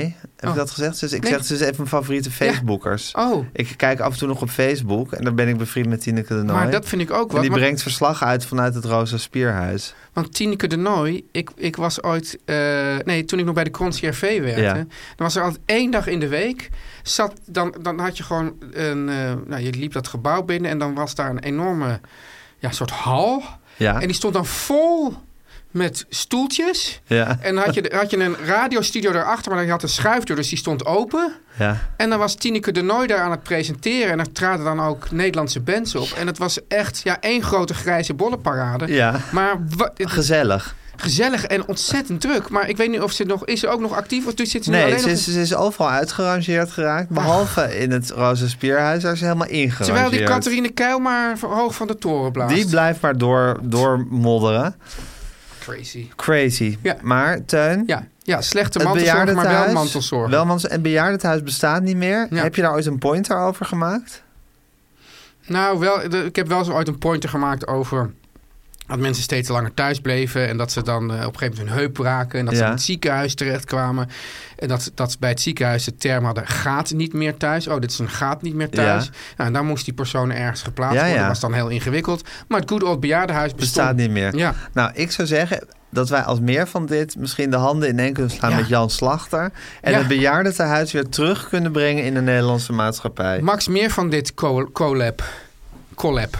Heb Oh. ik dat gezegd? Dus ik Nee. zeg, ze is even mijn favoriete Facebookers. Oh. Ik kijk af en toe nog op Facebook en dan ben ik bevriend met Tineke de Nooi. Maar dat vind ik ook En wat. die want- brengt verslag uit vanuit het Rosa Spierhuis. Want Tineke de Nooi, ik, ik was ooit... eh, nee, toen ik nog bij de Conciervé werkte... Ja. dan was er altijd één dag in de week... Zat, dan, dan had je gewoon een... eh, nou, je liep dat gebouw binnen... en dan was daar een enorme ja, soort hal. Ja. En die stond dan vol met stoeltjes. Ja. En dan had je, had je een radiostudio daarachter... maar je had een schuifdeur, dus die stond open... Ja. En dan was Tineke de Nooi daar aan het presenteren. En er traden dan ook Nederlandse bands op. En het was echt ja, één grote grijze bollenparade. Ja. Maar wa- het- Gezellig. gezellig en ontzettend druk. Maar ik weet niet of ze nog... Is ze ook nog actief? Of zit ze nu Nee, alleen ze nog... is, ze is overal uitgerangeerd geraakt. Behalve in het Rosa Spierhuis. Daar is ze helemaal ingerangeerd. Terwijl die Catharine Keil maar hoog van de toren blaast. Die blijft maar door, door modderen. Crazy. Crazy. Ja. Maar, Teun... Ja, ja slechte het mantelzorg, maar wel bejaardentehuis- mantelzorg. Wel mans- en bejaardentehuis bestaat niet meer. Ja. Heb je daar ooit een pointer over gemaakt? Nou, wel, de- ik heb wel zo ooit een pointer gemaakt over... dat mensen steeds langer thuis bleven... en dat ze dan uh, op een gegeven moment hun heup braken... en dat ze Ja. in het ziekenhuis terechtkwamen. En dat, dat ze bij het ziekenhuis de term hadden... gaat niet meer thuis. Oh, dit is een gaat niet meer thuis. Ja. Nou, en dan moest die persoon ergens geplaatst Ja, worden. ja. Dat was dan heel ingewikkeld. Maar het good old bejaardenhuis bestond. Bestaat niet meer. Ja. Nou, ik zou zeggen dat wij als meer van dit... misschien de handen ineen kunnen slaan Ja. met Jan Slachter... en Ja. het bejaardentehuis weer terug kunnen brengen in de Nederlandse maatschappij. Max, meer van dit co- collab. Collab.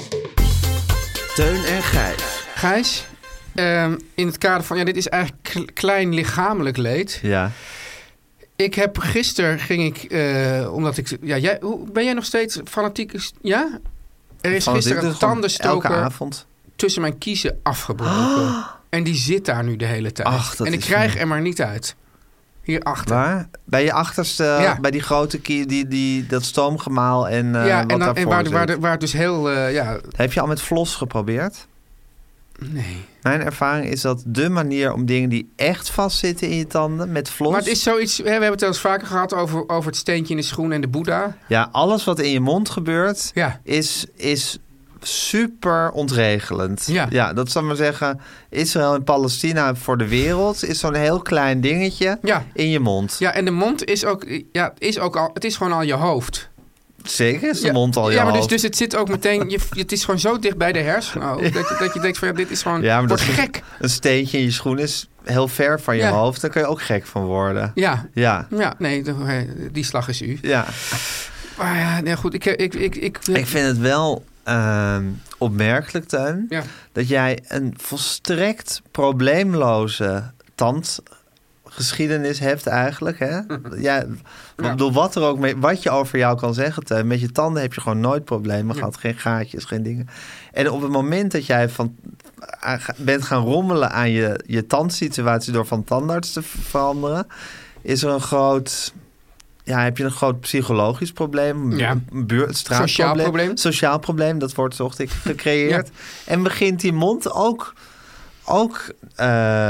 Teun en Gijs. Gijs, ehm, in het kader van... ja, dit is eigenlijk k- klein lichamelijk leed. Ja. Ik heb gisteren ging ik... eh, omdat ik... Ja, jij, hoe, ben jij nog steeds fanatiek? Ja? Er is Fanatiek, gisteren een dus gewoon tandenstoker... elke avond. tussen mijn kiezen afgebroken. En die zit daar nu de hele tijd. Ach, dat en ik is krijg een- er maar niet uit. Hierachter. Waar? Bij je achterste, Ja. bij die grote kie, die, die, dat stoomgemaal en eh ja, wat en, dan, en daarvoor waar, zit. waar, de- waar het dus heel... eh, ja, Heb je al met Flos geprobeerd? nee. Mijn ervaring is dat de manier om dingen die echt vastzitten in je tanden met Flos... Maar het is zoiets... Hè, we hebben het wel eens vaker gehad over, over het steentje in de schoen en de Boeddha. Ja, alles wat in je mond gebeurt Ja. is, is super ontregelend. Ja. ja, dat zal maar zeggen, Israël en Palestina voor de wereld is zo'n heel klein dingetje Ja. in je mond. Ja, en de mond is ook... Ja, is ook al... Het is gewoon al je hoofd. Zeker is de ja, mond al je Ja, maar dus, hoofd. dus het zit ook meteen... Je, het is gewoon zo dicht bij de hersenen ook, dat, je, dat je denkt van... Ja, dit is gewoon... Ja, maar wordt dat is- gek. Een steentje in je schoen is heel ver van je Ja. hoofd. Daar kun je ook gek van worden. Ja. Ja. Ja, nee, de- die slag is u. Ja. Maar ja, nee, goed. Ik, ik, ik, ik, Ik vind het wel ehm, opmerkelijk, Teun, Ja. dat jij een volstrekt probleemloze tandgeschiedenis hebt eigenlijk. Hè? Ja, ik bedoel, wat, er ook mee, wat je over jou kan zeggen, Teun, met je tanden heb je gewoon nooit problemen gehad. Geen gaatjes, geen dingen. En op het moment dat jij van, aan- bent gaan rommelen aan je, je tandsituatie door van tandarts te ver- veranderen, is er een groot... Ja, heb je een groot psychologisch probleem, Ja. een buurt, straatprobleem, Sociaal probleem. sociaal probleem, dat woord zocht ik gecreëerd. En begint die mond ook, ook eh,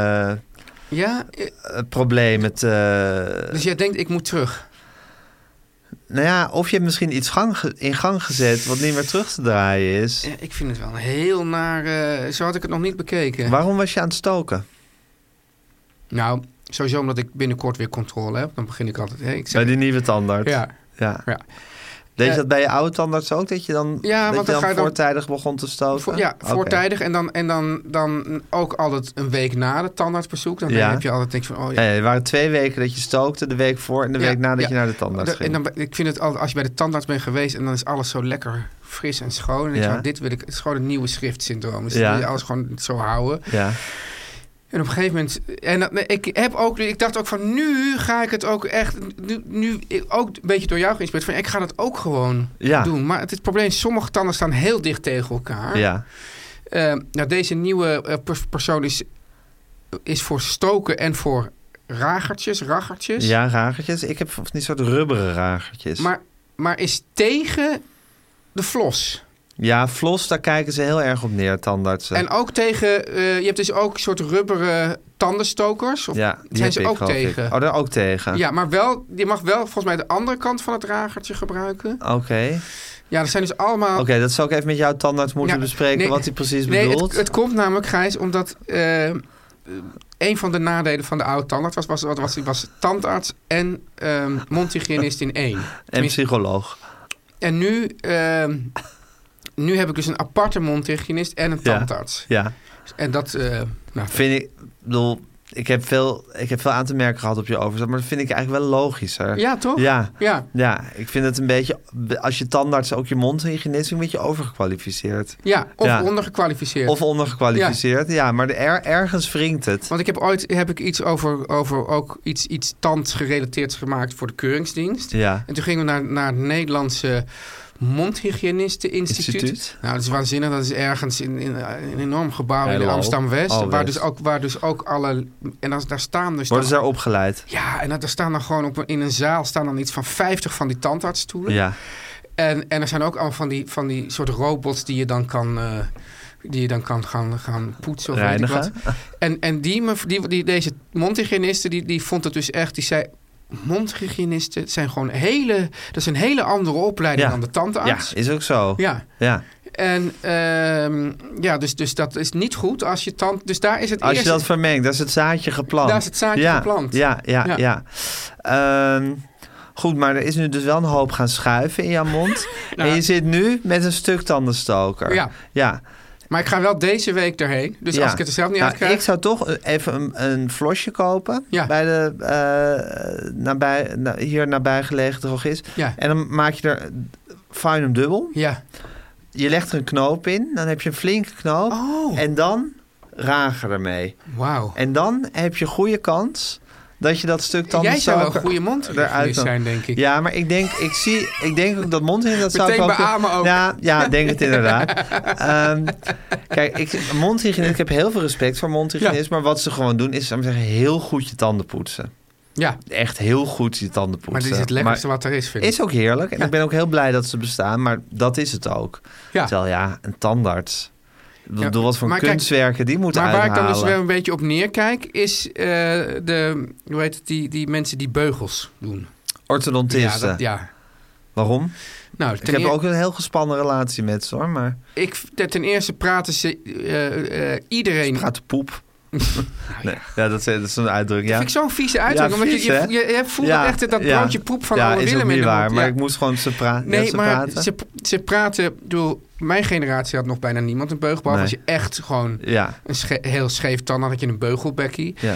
Ja, eh, problemen te... dus jij denkt, ik moet terug. Nou ja, of je hebt misschien iets gang ge- in gang gezet wat niet meer terug te draaien is. Ja, ik vind het wel een heel naar... eh, zo had ik het nog niet bekeken. Waarom was je aan het stoken? Nou, sowieso omdat ik binnenkort weer controle heb. Dan begin ik altijd... Hè, ik zeg, Bij die nieuwe tandarts? Ja. ja. Ja. Deed je Eh, dat bij je oude tandarts ook? Dat je dan, Ja, dat want je dan dan, ga je dan- voortijdig begon te stoken? Voor, ja, Oké. voortijdig. En, dan, en dan, dan ook altijd een week na het tandartsbezoek. Dan Ja. heb je altijd denk van... Oh, ja. Ja, er waren twee weken dat je stookte, de week voor en de Ja, week nadat ja. je naar de tandarts De- ging. en dan, ik vind het altijd, als je bij de tandarts bent geweest... en dan is alles zo lekker fris en schoon. En ik Ja. zeg, dit wil ik... Het is gewoon een nieuwe schriftsyndroom. Dus Ja. dan wil je alles gewoon zo houden. Ja. En op een gegeven moment... En dat, nee, ik heb ook... Ik dacht ook van, nu ga ik het ook echt... Nu, nu ik- ook een beetje door jou geïnspireerd. Van, ik ga dat ook gewoon Ja. doen. Maar het, het probleem is, sommige tanden staan heel dicht tegen elkaar. Ja. Eh, nou, deze nieuwe eh, pers- persoon is, is voor stoken en voor ragertjes, raggertjes. Ja, ragertjes. Ik heb van die soort rubberen ragertjes. Maar, maar is tegen de flos. Ja, Flos, daar kijken ze heel erg op neer, tandartsen. En ook tegen... eh, je hebt dus ook een soort rubberen tandenstokers. Of ja, die zijn heb ze ik, ook geloof ik. tegen? Oh, daar ook tegen? Ja, maar wel, je mag wel volgens mij de andere kant van het ragertje gebruiken. Oké. Ja, dat zijn dus allemaal... Oké, dat zou ik even met jouw tandarts moeten Ja, bespreken nee, wat hij precies Nee, bedoelt. het, het komt namelijk, Gijs, omdat... eh, een van de nadelen van de oude tandarts was, was, was, was, was tandarts en um, mondhygiënist in één. En psycholoog. En nu, um, nu heb ik dus een aparte mondhygiënist en een tandarts. Ja. ja. En dat... Uh, nou, vind ik, bedoel... Ik heb, veel, ik heb veel aan te merken gehad op je overzet, maar dat vind ik eigenlijk wel logischer. Ja, toch? Ja. Ja. ja, ik vind het een beetje, als je tandarts ook je mondhygiënist, een beetje overgekwalificeerd. Ja, of ja. ondergekwalificeerd. Of ondergekwalificeerd, ja, ja maar de er, ergens wringt het. Want ik heb ooit heb ik iets over, over ook iets, iets tandgerelateerds gemaakt voor de keuringsdienst. Ja. En toen gingen we naar, naar het Nederlandse Mondhygiënisteninstituut. Instituut? Nou, dat is waanzinnig. Dat is ergens in, in, in een enorm gebouw Hello. in Amsterdam-West. Oh, waar, West. dus ook, waar dus ook alle... En dan, daar staan dus... Worden ze dan, daar opgeleid? Ja, en daar staan dan gewoon op een, in een zaal staan dan iets van vijftig van die tandartsstoelen. Ja. En, en er zijn ook allemaal van die, van die soort robots die je dan kan... Uh, die je dan kan gaan, gaan poetsen of reinigen. Weet ik wat. En, en die, die, die, deze mondhygiëniste, die, die vond het dus echt... Die zei, mondhygiënisten zijn gewoon hele... Dat is een hele andere opleiding Ja. dan de tandarts. Ja, is ook zo. Ja. ja. En uh, ja, dus, dus dat is niet goed als je tand... Dus daar is het Als eerste... je dat vermengt, daar is het zaadje geplant. Daar is het zaadje ja. geplant. Ja, ja, ja. Ja. ja. Um, goed, maar er is nu dus wel een hoop gaan schuiven in jouw mond. Nou, en je zit nu met een stuk tandenstoker. Ja. Ja. Maar ik ga wel deze week erheen. Dus ja. als ik het er zelf niet nou, uit krijg... Ik zou toch even een, een flosje kopen. Ja. Bij de uh, nabij, na, hier nabij gelegen drogist. Ja. En dan maak je er... Vouw je hem dubbel. Ja. Je legt er een knoop in. Dan heb je een flinke knoop. Oh. En dan ragen ermee. Wauw. En dan heb je goede kans... dat je dat stuk tandenstoker... Jij zou wel een goede mondhygiënist zijn, denk ik. Ja, maar ik denk, ik zie, ik denk ook dat mondhygiënist... dat Meteen zou ik beamen ook. Ja, ja, denk het inderdaad. um, kijk, ik, mondhygiënist, ik heb heel veel respect voor mondhygiënist... Ja. Maar wat ze gewoon doen is, zou ik zeggen, heel goed je tanden poetsen. Ja. Echt heel goed je tanden poetsen. Maar dit is het lekkerste maar wat er is, vind ik. Is ook heerlijk. En ja. ik ben ook heel blij dat ze bestaan, maar dat is het ook. Ja. Terwijl ja, een tandarts... Ik bedoel, ja, wat voor kunstwerken kijk, die moeten maar uithalen. Maar waar ik dan dus wel een beetje op neerkijk... is uh, de, hoe heet het, die, die mensen die beugels doen. Orthodontisten. Ja, dat, ja. Waarom? Nou, ik heb eer... ook een heel gespannen relatie met ze, hoor. Maar... Ik, ten eerste praten ze uh, uh, iedereen... Ze praten poep. Nee, ja, dat is, dat is een uitdrukking. Dat ja. vind ik zo'n vieze uitdrukking. Ja, omdat je, je, je, je voelt ja, echt dat broodje ja, poep van ja, oude Willem in de waar, mond. Maar ja. ik moest gewoon ze, pra- nee, ze maar praten. Ze, ze praten... Bedoel, mijn generatie had nog bijna niemand een beugel. Behalve nee. als je echt gewoon ja. een sche- heel scheef tand had, had je een beugelbekkie. Ja.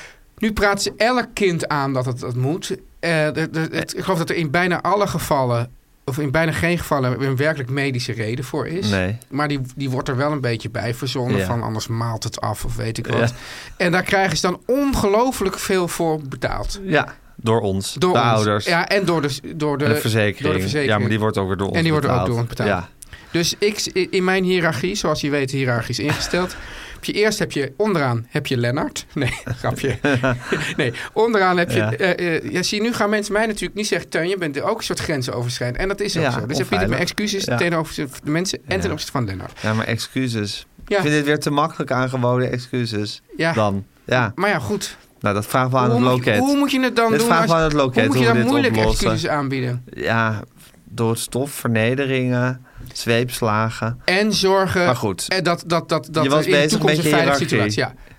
Nu praten ze elk kind aan dat het dat moet. Uh, de, de, het, ik geloof dat er in bijna alle gevallen... of in bijna geen gevallen een werkelijk medische reden voor is. Nee. Maar die, die wordt er wel een beetje bij verzonnen. Ja. Van anders maalt het af of weet ik wat. Ja. En daar krijgen ze dan ongelooflijk veel voor betaald. Ja, door ons, door de ons. ouders. Ja, en door de, door, de, de verzekering. door de verzekering. Ja, maar die wordt ook weer door ons En die wordt betaald. ook door ons betaald. Ja. Dus ik, in mijn hiërarchie, zoals je weet, hiërarchisch ingesteld... Heb je eerst heb je onderaan heb je Lennart. Nee, grapje. Nee, onderaan heb je... Ja. Uh, uh, ja, zie, nu gaan mensen mij natuurlijk niet zeggen... Teun, je bent ook een soort grenzen overschrijdend. En dat is ook ja, zo. Dus ik bied ik mijn excuses ja. tegenover de mensen... en ja. ten opzichte van Lennart. Ja, maar excuses. Ja. Ik vind dit weer te makkelijk aangeboden excuses. Ja. Dan. Ja. Maar ja, goed. Nou, dat vragen we aan hoe het loket. Je, hoe moet je het dan dit doen? Vragen we aan het loket. Hoe moet je dan moeilijk oplossen. excuses aanbieden? Ja, door het stof, vernederingen... zweepslagen. En zorgen maar goed. dat, dat, dat, dat je was in de bezig toekomst met een je veilige hiërarchie. situatie. Ja.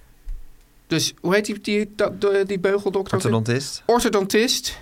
Dus hoe heet die, die, die, die beugeldokter? Orthodontist. Orthodontist.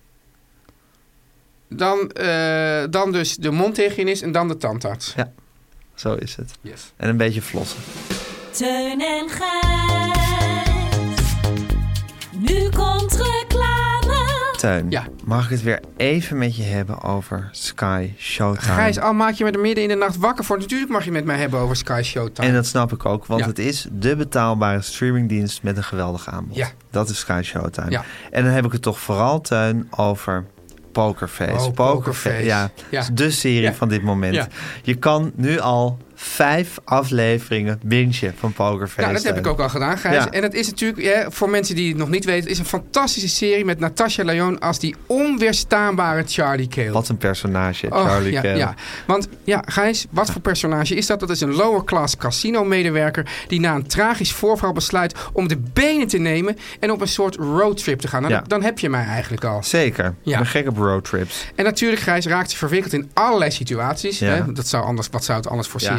Dan, uh, dan dus de mondhygiënist en dan de tandarts. Ja, zo is het. Yes. En een beetje flossen. Teun en Gijs. Nu komt reclame. Teun, ja. mag ik het weer even met je hebben over Sky Showtime? Gijs, al maak je me er midden in de nacht wakker voor. Natuurlijk mag je met mij hebben over Sky Showtime. En dat snap ik ook, want ja. het is de betaalbare streamingdienst met een geweldig aanbod. Ja. Dat is Sky Showtime. Ja. En dan heb ik het toch vooral, Teun, over Pokerface. Oh, Pokerface. Pokerface. Ja, ja. is de serie ja. van dit moment. Ja. Je kan nu al vijf afleveringen bingen van Pokerface. Nou, dat heb ik ook al gedaan, Gijs. Ja. En het is natuurlijk, ja, voor mensen die het nog niet weten... het is een fantastische serie met Natasha Lyonne... als die onweerstaanbare Charlie Cale. Wat een personage, oh, Charlie ja, Cale. Ja. Want, ja, Gijs, wat voor personage is dat? Dat is een lower-class casino-medewerker... die na een tragisch voorval besluit om de benen te nemen... en op een soort roadtrip te gaan. Dan, ja. dan heb je mij eigenlijk al. Zeker. Ja. Ik ben gek op roadtrips. En natuurlijk, Gijs, raakt ze verwikkeld in allerlei situaties. Ja. Hè? Dat zou anders, wat zou het anders voor serie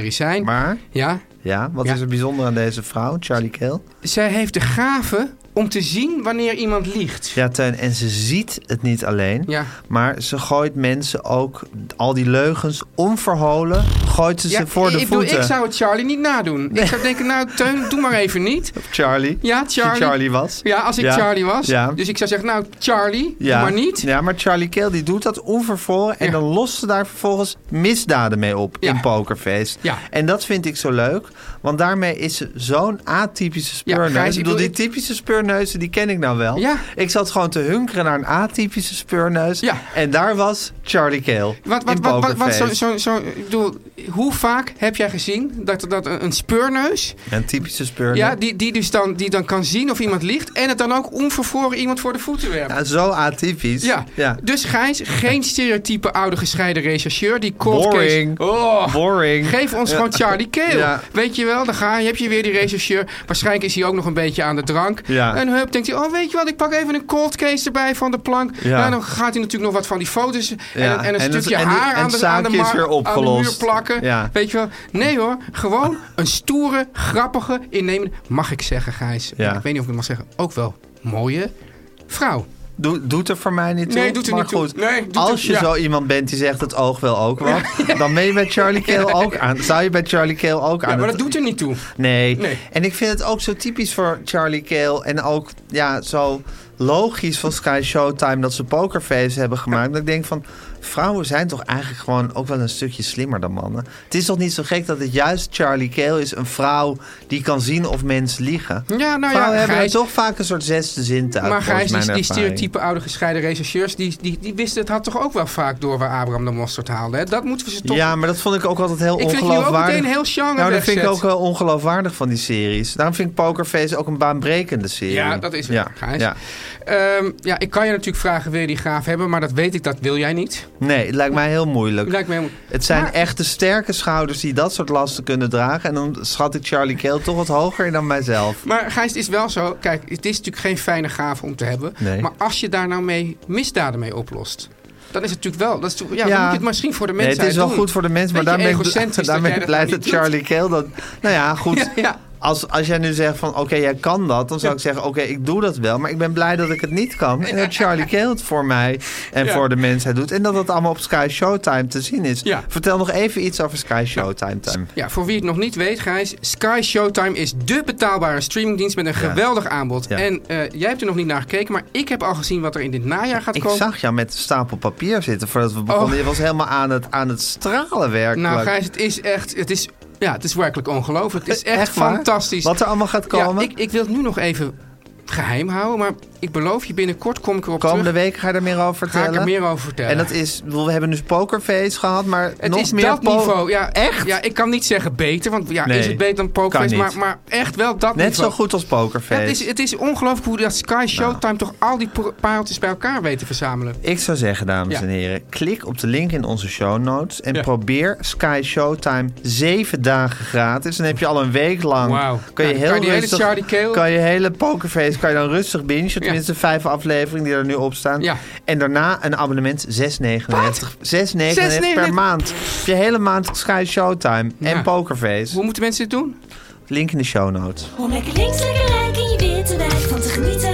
serie zijn. Maar? Ja. Ja, wat Ja. is er bijzonder aan deze vrouw, Charlie Cale? Zij heeft de gave om te zien wanneer iemand liegt. Ja, Teun, en ze ziet het niet alleen. Ja. Maar ze gooit mensen ook al die leugens onverholen. Gooit ze Ja, ze voor de ik, bedoel, voeten. ik zou het Charlie niet nadoen. Ik zou denken, nou Teun, doe maar even niet. Charlie. Ja, Als je Charlie. Charlie was. Ja, als ik Ja. Charlie was. Ja. Dus ik zou zeggen, nou Charlie, Ja. doe maar niet. Ja, maar Charlie Cale die doet dat onvervroren. En Ja. dan lost ze daar vervolgens misdaden mee op Ja. in Pokerface. Ja. En dat vind ik zo leuk. Want daarmee is ze zo'n atypische speurneus. Gijs, ik ik bedoel, wil- die typische speurneuzen, die ken ik nou wel. Ja. Ik zat gewoon te hunkeren naar een atypische speurneus. Ja. En daar was Charlie Cale Wat, wat, in wat, wat, wat Pokerface. zo, zo, zo, ik bedoel, hoe vaak heb jij gezien dat, dat een, een speurneus, Een typische speurneus. ja, die, die, dus dan, die dan kan zien of iemand liegt en het dan ook onvervroren iemand voor de voeten werpt? Ja, zo atypisch. Ja. ja. Dus Gijs, geen stereotype oude gescheiden rechercheur die cold Boring. case... Oh, Boring. geef ons gewoon Charlie Cale. Ja. Weet je wel, dan ga je, heb je weer die rechercheur. Waarschijnlijk is hij ook nog een beetje aan de drank. Ja. En hup, denkt hij, oh weet je wat, ik pak even een cold case erbij van de plank. Ja. Ja, dan gaat hij natuurlijk nog wat van die foto's en, Ja. en, en een En het- stukje en die- haar en aan het de, aan, de zaakje is mar- weer aan de muur opgelost. plakken. Ja. Weet je wel, nee hoor, gewoon een stoere, grappige, innemende, mag ik zeggen Gijs, Ja. ik weet niet of ik het mag zeggen, ook wel mooie vrouw. Doe, doet er voor mij niet toe. Nee, doet er maar niet toe. goed, Nee, doet als er- je ja. zo iemand bent die zegt het oog wel ook wat, dan ben je bij Charlie Cale ook aan. Zou je bij Charlie Cale ook aan? Ja, maar het- dat doet er niet toe. Nee. Nee. En ik vind het ook zo typisch voor Charlie Cale en ook ja, zo logisch van Sky Showtime dat ze Pokerface hebben gemaakt. Dat ik denk van, vrouwen zijn toch eigenlijk gewoon ook wel een stukje slimmer dan mannen. Het is toch niet zo gek dat het juist Charlie Cale is, een vrouw die kan zien of mensen liegen. Ja, nou ja, Vrouwen hebben Gijs- er toch vaak een soort zesde zintuig. Maar volgens Gijs, die, mijn die ervaring. stereotype oude gescheiden rechercheurs, die, die, die wisten het had toch ook wel vaak door waar Abraham de mosterd haalde. Hè? Dat moeten we ze toch... Ja, maar dat vond ik ook altijd heel Ik vind dat je nu ook ongeloofwaardig. meteen heel genre Nou, dat vind ik wegzet. ook wel ongeloofwaardig van die series. Daarom vind ik Pokerface ook een baanbrekende serie. Ja, dat is het, Ja, Gijs. ja. Ehm, ja, ik kan je natuurlijk vragen, wil je die graaf hebben? Maar dat weet ik, dat wil jij niet. Nee, het lijkt mij heel moeilijk. Lijkt me helemaal... Het zijn Maar- echte sterke schouders die dat soort lasten kunnen dragen. En dan schat ik Charlie Cale toch wat hoger in dan mijzelf. Maar Gijs, het is wel zo. Kijk, het is natuurlijk geen fijne gave om te hebben. Nee. Maar als je daar nou mee misdaden mee oplost, dan is het natuurlijk wel... Dat is, natuurlijk- ja, Ja. dan moet je het misschien voor de Nee, mensen het is wel goed voor de mensen, maar Beetje daarmee, egocentrisch dat daarmee jij dat blijft nou het niet doet. Charlie Cale. Dat, nou ja, goed. Ja, ja. Als, als jij nu zegt van, oké, jij kan dat, dan zou Ja. ik zeggen, oké, ik doe dat wel, maar ik ben blij dat ik het niet kan. En dat Charlie Cale het voor mij en Ja. voor de mensheid doet. En dat het allemaal op Sky Showtime te zien is. Ja. Vertel nog even iets over Sky Showtime. Tim. Ja, voor wie het nog niet weet, Gijs, Sky Showtime is dé betaalbare streamingdienst met een geweldig aanbod. Ja. En eh, jij hebt er nog niet naar gekeken, maar ik heb al gezien wat er in dit najaar gaat Ik komen. zag jou met een stapel papier zitten voordat we begonnen. Oh. Je was helemaal aan het, aan het stralen werkelijk. Nou, Gijs, het is echt, het is, ja, het is werkelijk ongelooflijk. Het is echt, Echt waar? fantastisch. Wat er allemaal gaat komen? Ja, ik, ik wil het nu nog even geheim houden, maar ik beloof je binnenkort kom ik erop Komende terug. week ga je er meer over Ga vertellen? ik er meer over vertellen. En dat is, we hebben dus Pokerface gehad, maar Het nog is meer dat po- niveau. Ja, Echt? Ja, ik kan niet zeggen beter, want ja, Nee, is het beter dan Pokerface? kan Maar, niet. maar echt wel dat Net niveau. zo goed als Pokerface. Ja, het, is, het is ongelooflijk hoe dat Sky Showtime toch al die pro- pareltjes bij elkaar weet te verzamelen. Ik zou zeggen, dames Ja. en heren, klik op de link in onze show notes en Ja. probeer Sky Showtime zeven dagen gratis. Dan heb je al een week lang. Wauw. Kan je Ja, heel kan je die hele rustig, Charlie Cale- kan je hele Pokerface kan je dan rustig bingen. Tenminste, vijf afleveringen die er nu op staan. Ja. En daarna een abonnement zes negenennegentig. zes negenennegentig per negenennegentig? maand. Heb je hele maand Sky Showtime en Ja. Pokerface. Hoe moeten mensen dit doen? Link in de show notes. Om lekker links, lekker rijk in je witte wijk van te genieten.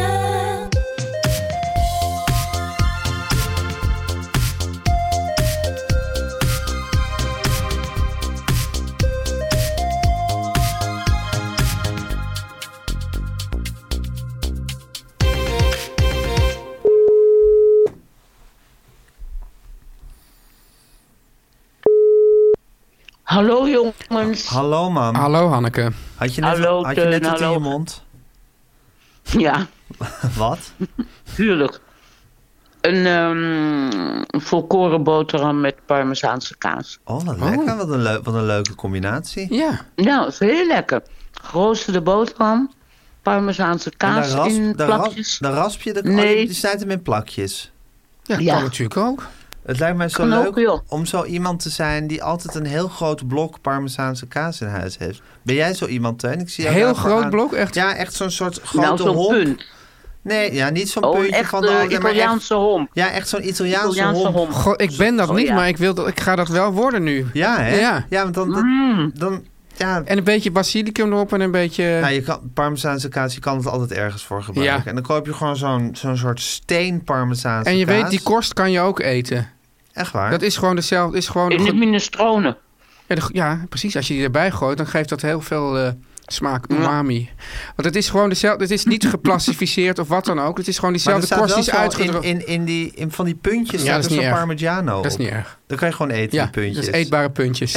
Hallo jongens. Hallo, mam. Hallo Hanneke. Had je net, Hallo, had je net Teun, wat in hallo. je mond? Ja, Wat? tuurlijk. Een um, volkoren boterham met parmezaanse kaas. Oh, wat lekker. Wat, een leu- wat een leuke combinatie. Ja. Nou, dat is heel lekker. Geroosterde boterham, parmezaanse En kaas dan, rasp, in dan, ras- plakjes. dan rasp je de Nee. oh, je snijdt hem in plakjes. Ja, Ja. kan natuurlijk ook. Het lijkt mij zo Kan leuk ook, joh. om zo iemand te zijn die altijd een heel groot blok Parmezaanse kaas in huis heeft. Ben jij zo iemand, Teun? Ik zie jou Heel daarvoor groot aan. blok, echt? Ja, echt zo'n soort grote Nou, zo'n hop. punt. Nee, ja, niet zo'n Oh, een puntje echte van de... maar Italiaanse echt- hom. Ja, echt zo'n Italiaanse, Italiaanse hom. hom. Goh, ik ben dat Oh, niet, ja. maar ik, wil dat, ik ga dat wel worden nu. Ja, hè? Ja. Ja, want dan... dan, Mm. dan ja, En een beetje basilicum erop en een beetje... nou, je kan, parmezaanse kaas, je kan het altijd ergens voor gebruiken. Ja. En dan koop je gewoon zo'n zo'n soort steen parmezaanse en je kaas. weet, die korst kan je ook eten. Echt waar? Dat is gewoon dezelfde... Is gewoon In de minestrone. Ja, de- ja, precies. Als je die erbij gooit, dan geeft dat heel veel eh, smaak, umami. Want het is gewoon dezelfde... Het is niet geplastificeerd of wat dan ook. Het is gewoon Maar er diezelfde staat korst wel die is zo uitgedroogd. in, in, in, die, in van die puntjes Ja, staat dat er is zo'n niet erg. Parmigiano Dat is op. niet erg. Dan kan je gewoon eten, Ja, die puntjes. dat is eetbare puntjes.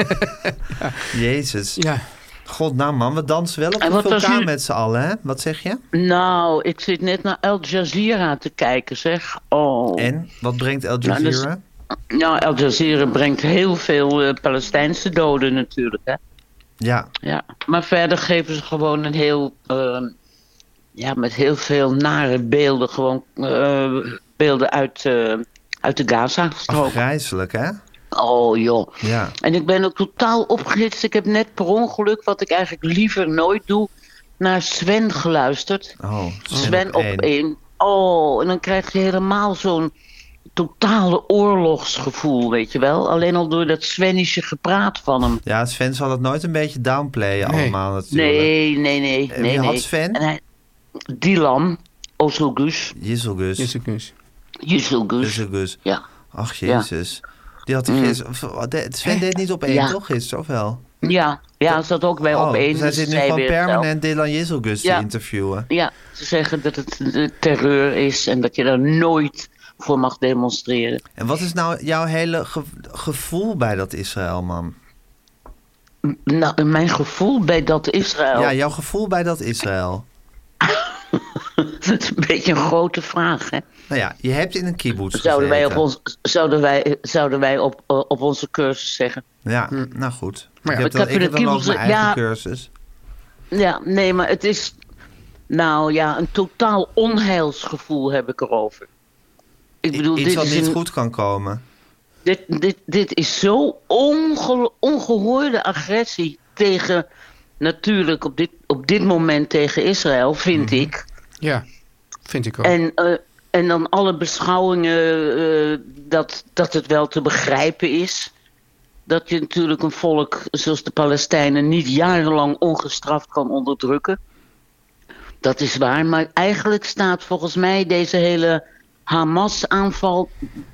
Jezus. Ja. God, nou man, we dansen wel op En een wat was vulkaan hier- met z'n allen, hè? Wat zeg je? Nou, ik zit net naar Al Jazeera te kijken, zeg. Oh. En? Wat brengt Al Nou, dus- Jazeera? Nou, Al Jazeera brengt heel veel eh, Palestijnse doden natuurlijk, hè. Ja. Ja. Maar verder geven ze gewoon een heel... eh, ja, met heel veel nare beelden. Gewoon eh, beelden uit, eh, uit de Gaza-strook. Afgrijzelijk, hè? Oh, joh. Ja. En ik ben ook totaal opgehitst. Ik heb net per ongeluk, wat ik eigenlijk liever nooit doe, naar Sven geluisterd. Oh, Sven op één. Oh, en dan krijg je helemaal zo'n totale oorlogsgevoel, weet je wel. Alleen al door dat Svenische gepraat van hem. Ja, Sven zal het nooit een beetje downplayen Nee. allemaal natuurlijk. Nee, nee, nee. En nee, wie nee. had Sven? En hij, Dylan, Ozulgus, Jisselgus. Jisselgus. Jisselgus. Jisselgus. Ja. Ach, jezus. Die had hij Mm. gisteren... of, wat deed- Sven deed niet op één, Ja. toch, gisteren, of wel? Ja, ja, zat ook bij Oh, op één. dus hij dus zit nu zei gewoon weer zelf. permanent Dylan Jisselgus Ja. te interviewen. Ja, ze zeggen dat het de terreur is en dat je daar nooit voor mag demonstreren. En wat is nou jouw hele ge- gevoel bij dat Israël, man? Nou, mijn gevoel bij dat Israël... Ja, jouw gevoel bij dat Israël. Dat is een beetje een grote vraag, hè? Nou ja, je hebt in een kibbutz Zouden wij, op, gezeten. ons, zouden wij, zouden wij op, uh, op onze cursus zeggen. Ja, nou goed. Maar ja, ik heb ik dan, heb ik in heb de dan ook kibbutz- mijn eigen ja. cursus. Ja, nee, maar het is... Nou ja, een totaal onheilsgevoel heb ik erover. Ik bedoel, Iets dit wat is niet een, goed kan komen. Dit, dit, dit is zo onge, ongehoorde agressie tegen... Natuurlijk op dit, op dit moment tegen Israël, vind ik. Ja, vind ik ook. En, eh, en dan alle beschouwingen eh, dat, dat het wel te begrijpen is. Dat je natuurlijk een volk zoals de Palestijnen niet jarenlang ongestraft kan onderdrukken. Dat is waar, maar eigenlijk staat volgens mij deze hele Hamas-aanval...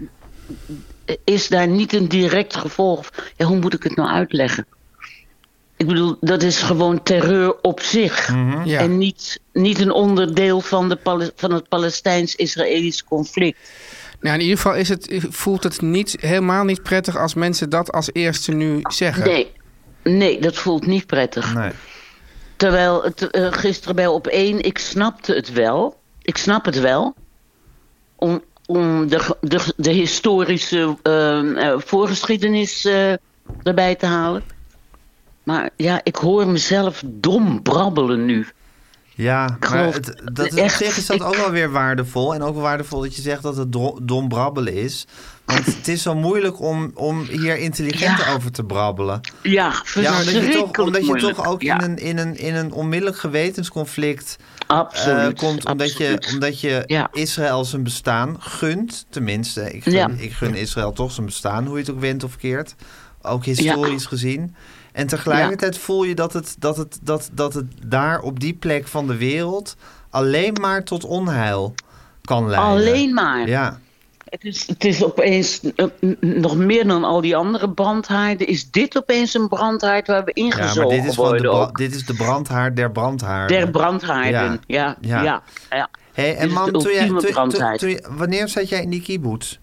is daar niet een direct gevolg. Ja, hoe moet ik het nou uitleggen? Ik bedoel, dat is gewoon terreur op zich. Ja. En niet, niet een onderdeel van, de Pale- van het Palestijns-Israëlisch conflict. Nou, in ieder geval is het, voelt het niet, helemaal niet prettig als mensen dat als eerste nu zeggen. Nee, nee, dat voelt niet prettig. Nee. Terwijl het eh, gisteren bij op één, ik snapte het wel. Ik snap het wel. Om, om de, de, de historische eh, eh, voorgeschiedenis eh, erbij te halen. Maar ja, ik hoor mezelf dom brabbelen nu. Ja, maar geloof- het, dat, op echt, zich is dat ik- ook wel weer waardevol. En ook wel waardevol dat je zegt dat het dro- dom brabbelen is. Want het is zo moeilijk om, om hier intelligent Ja. over te brabbelen. Ja, Ja, omdat je verschrikkelijk toch, omdat je moeilijk. toch ook Ja, in, een, in, een, in een onmiddellijk gewetensconflict absoluut, eh, komt. Omdat je, absoluut. omdat je Ja. Israël zijn bestaan gunt. Tenminste, ik gun, Ja. ik gun Israël toch zijn bestaan. Hoe je het ook went of keert. Ook historisch gezien. En tegelijkertijd voel je dat het, dat, het, dat, dat het daar op die plek van de wereld alleen maar tot onheil kan leiden. Alleen maar. Ja. Het is, het is opeens, eh, n- nog meer dan al die andere brandhaarden, is dit opeens een brandhaard waar we Ja, ingezogen maar dit is, gewoon de worden bra- ook. dit is de brandhaard der brandhaarden. Der brandhaarden, ja. Ja. Ja, ja, ja. Hey, Dit en is mam, de toen jij, ultieme toen- brandhaard. toen- toen- wanneer zat jij in die kibbutz?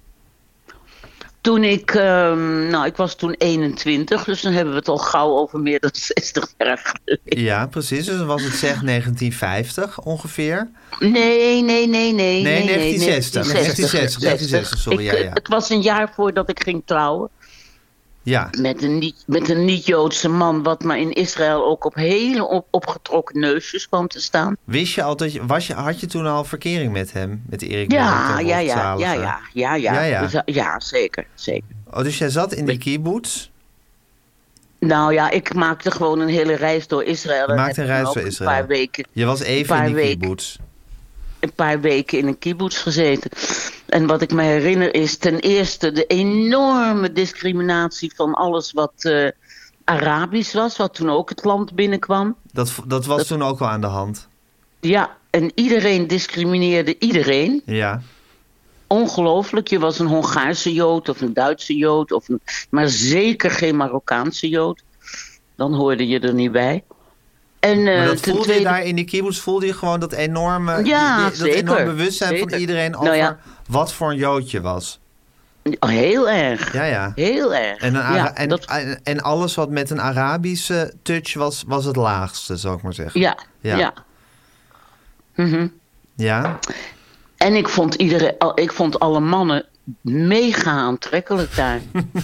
Toen ik, ehm, nou ik was toen eenentwintig, dus dan hebben we het al gauw over meer dan zestig jaar geleden. Ja, precies. Dus dan was het zeg negentien vijftig ongeveer. Nee, nee, nee, nee. Nee, negentien zestig. negentien zestig, negentien zestig, sorry, Ik, ja, eh, ja. Het was een jaar voordat ik ging trouwen. Ja, Met een, niet, met een niet-Joodse man, wat maar in Israël ook op hele op, opgetrokken neusjes kwam te staan. wist je al dat je, was je, had je toen al verkering met hem? Met Erik Ja, Mulder, ja, ja, Hoogzalige? ja, ja, ja, ja. Ja, ja. Dus, uh, ja, zeker, zeker. Oh, dus jij zat in die kibbutz? Nou ja, ik maakte gewoon een hele reis door Israël. Je En maakte heb een reis toen door ook Israël. Een paar weken. Je was even paar in die weken. kibbutz. een paar weken in een kibbutz gezeten. En wat ik me herinner is ten eerste de enorme discriminatie van alles wat uh, Arabisch was, wat toen ook het land binnenkwam. Dat, dat was dat, toen ook al aan de hand. Ja, en iedereen discrimineerde iedereen. Ja. Ongelooflijk, je was een Hongaarse Jood of een Duitse Jood, of een, maar zeker geen Marokkaanse Jood. Dan hoorde je er niet bij. En, uh, maar dat voelde tweede... je daar in die kibbutz, voelde je gewoon dat enorme, ja, die, die, dat zeker, enorme bewustzijn zeker. van iedereen over nou ja. wat voor een Joodje was. Heel erg. Ja, ja. Heel erg. En, een Ara- ja, en, dat... en, en alles wat met een Arabische touch was, was het laagste, zou ik maar zeggen. Ja, ja. Ja. Mm-hmm. Ja? En ik vond, iedereen, ik vond alle mannen mega aantrekkelijk daar.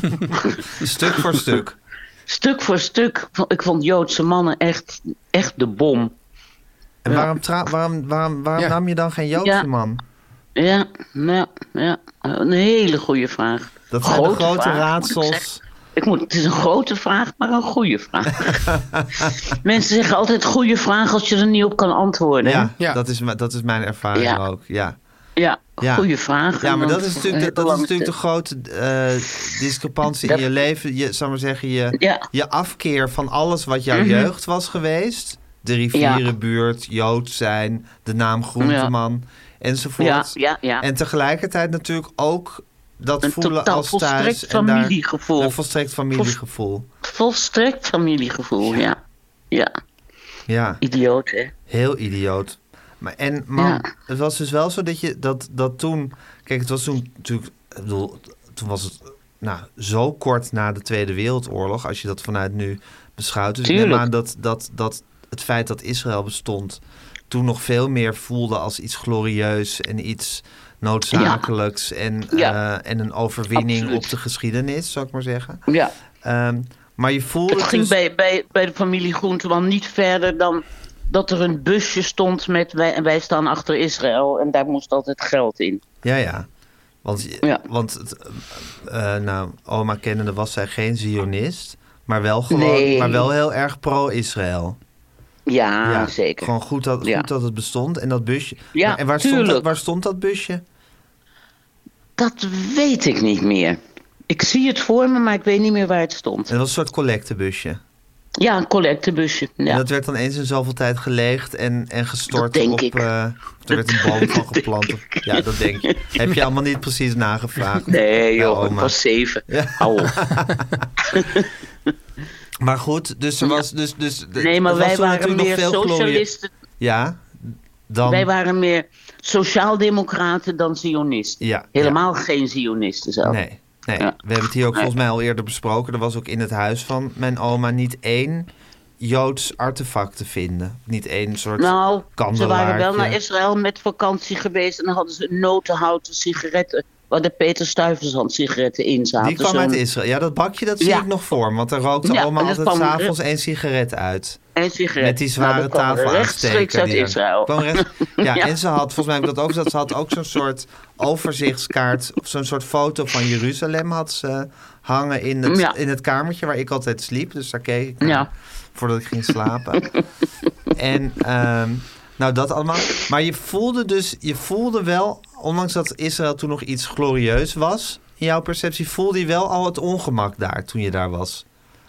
Stuk voor stuk. Stuk voor stuk. Ik vond Joodse mannen echt, echt de bom. En ja. waarom, tra- waarom, waarom, waarom ja. nam je dan geen Joodse ja. man? Ja, ja, ja, een hele goede vraag. Dat zijn grote de grote vraag, raadsels. Ik moet, het is een grote vraag, maar een goede vraag. Mensen zeggen altijd goede vraag als je er niet op kan antwoorden. Ja, ja. Dat, is, dat is mijn ervaring ja. ook. Ja. Ja, ja, goede vraag. Ja, maar dat is natuurlijk de, dat is natuurlijk de grote uh, discrepantie dat... in je leven. Je, zou maar zeggen, je, ja. je afkeer van alles wat jouw mm-hmm. jeugd was geweest. De rivierenbuurt, ja. Jood zijn, de naam Groenteman, ja. enzovoort. Ja, ja, ja. En tegelijkertijd natuurlijk ook dat een voelen als thuis. Volstrekt familiegevoel. Daar, een volstrekt familiegevoel. Volstrekt familiegevoel, ja. Ja. Ja. Idioot, hè? Heel idioot. Maar, en, maar ja. het was dus wel zo dat je dat, dat toen... Kijk, het was toen natuurlijk... Ik bedoel, toen was het nou, zo kort na de Tweede Wereldoorlog, als je dat vanuit nu beschouwt. Dus Tuurlijk. ik neem aan dat, dat, dat het feit dat Israël bestond toen nog veel meer voelde als iets glorieus en iets noodzakelijks. Ja. En, ja. Uh, en een overwinning Absoluut. op de geschiedenis, zou ik maar zeggen. Ja. Um, maar je voelde het ging dus... bij, bij, bij de familie Groenteman niet verder dan dat er een busje stond met wij, wij staan achter Israël en daar moest altijd geld in. Ja, ja. Want, ja. want het, uh, nou, oma kennende was zij geen Zionist, maar wel gewoon, nee. maar wel heel erg pro-Israël. Ja, ja, zeker. Gewoon goed dat, ja. goed dat het bestond. En dat busje. Ja, en waar stond, dat, waar stond dat busje? Dat weet ik niet meer. Ik zie het voor me, maar ik weet niet meer waar het stond. En dat was een soort collectebusje. Ja, een collectebusje. Ja. En dat werd dan eens in zoveel tijd geleegd en, en gestort dat denk op... ik. Uh, er werd een boom van geplant. Ja, dat denk je. Heb je allemaal niet precies nagevraagd? Nee joh, ik was zeven. Ja. Hou op. Maar goed, dus er was... Dus, dus, nee, maar wij waren meer socialisten. Ja, dan... Wij waren meer sociaaldemocraten dan zionisten. Ja, Helemaal ja. geen zionisten zelf. Nee, nee. Ja. we hebben het hier ook volgens mij al eerder besproken. Er was ook in het huis van mijn oma niet één Joods artefact te vinden. Niet één soort nou, kandelaartje. Ze waren wel naar Israël met vakantie geweest en dan hadden ze notenhouten sigaretten, waar de Peter Stuyvesant sigaretten in zaten. Die kwam Zo'n... uit Israël. Ja, dat bakje dat zie ja. ik nog voor. Want daar rookte ja, oma altijd s'avonds één sigaret uit. Een sigaret. Met die zware nou, tafelaansteker. uit Israël. Recht... Ja, ja, en ze had, volgens mij heb ik dat ook gezegd, ze had ook zo'n soort overzichtskaart, of zo'n soort foto van Jeruzalem had ze hangen in het, ja. in het kamertje waar ik altijd sliep. Dus daar keek ik naar, ja. voordat ik ging slapen. En... Um, Nou, dat allemaal. Maar je voelde dus, je voelde wel, ondanks dat Israël toen nog iets glorieus was, in jouw perceptie, voelde je wel al het ongemak daar toen je daar was?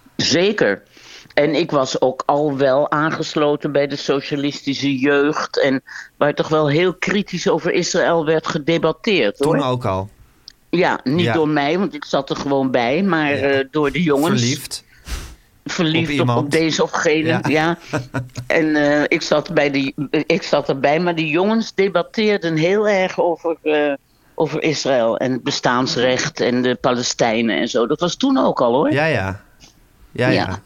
Zeker. En ik was ook al wel aangesloten bij de socialistische jeugd en waar toch wel heel kritisch over Israël werd gedebatteerd. Hoor. Toen ook al? Ja, niet ja. door mij, want ik zat er gewoon bij, maar ja. uh, door de jongens. Verliefd? Verliefd op, op deze of gene, ja. ja. En uh, ik, zat bij de, ik zat erbij, maar die jongens debatteerden heel erg over, uh, over Israël en het bestaansrecht en de Palestijnen en zo. Dat was toen ook al, hoor. Ja, ja. Ja, ja. ja.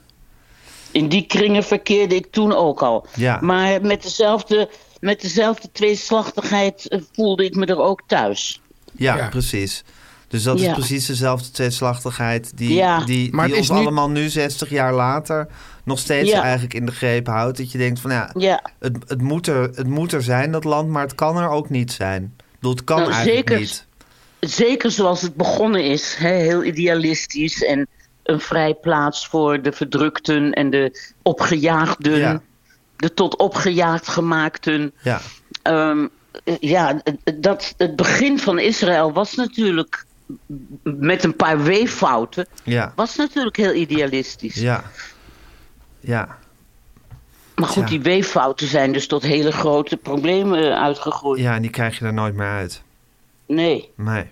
In die kringen verkeerde ik toen ook al. Ja. Maar met dezelfde, met dezelfde tweeslachtigheid voelde ik me er ook thuis. Ja, ja. precies. Dus dat ja. is precies dezelfde tweeslachtigheid die, ja. die, die ons nu... allemaal nu zestig jaar later nog steeds ja. eigenlijk in de greep houdt. Dat je denkt van ja, ja. Het, het, moet er, het moet er zijn, dat land, maar het kan er ook niet zijn. Ik bedoel, het kan nou, eigenlijk zeker, niet. Zeker zoals het begonnen is, hè, heel idealistisch en een vrij plaats voor de verdrukten en de opgejaagden, ja. de tot opgejaagd gemaakten. Ja. Um, ja, dat, het begin van Israël was natuurlijk met een paar weeffouten, Ja. was natuurlijk heel idealistisch. Ja. Ja. Maar goed, Ja. die weeffouten zijn dus tot hele grote problemen uitgegroeid. Ja, en die krijg je er nooit meer uit. Nee. Nee.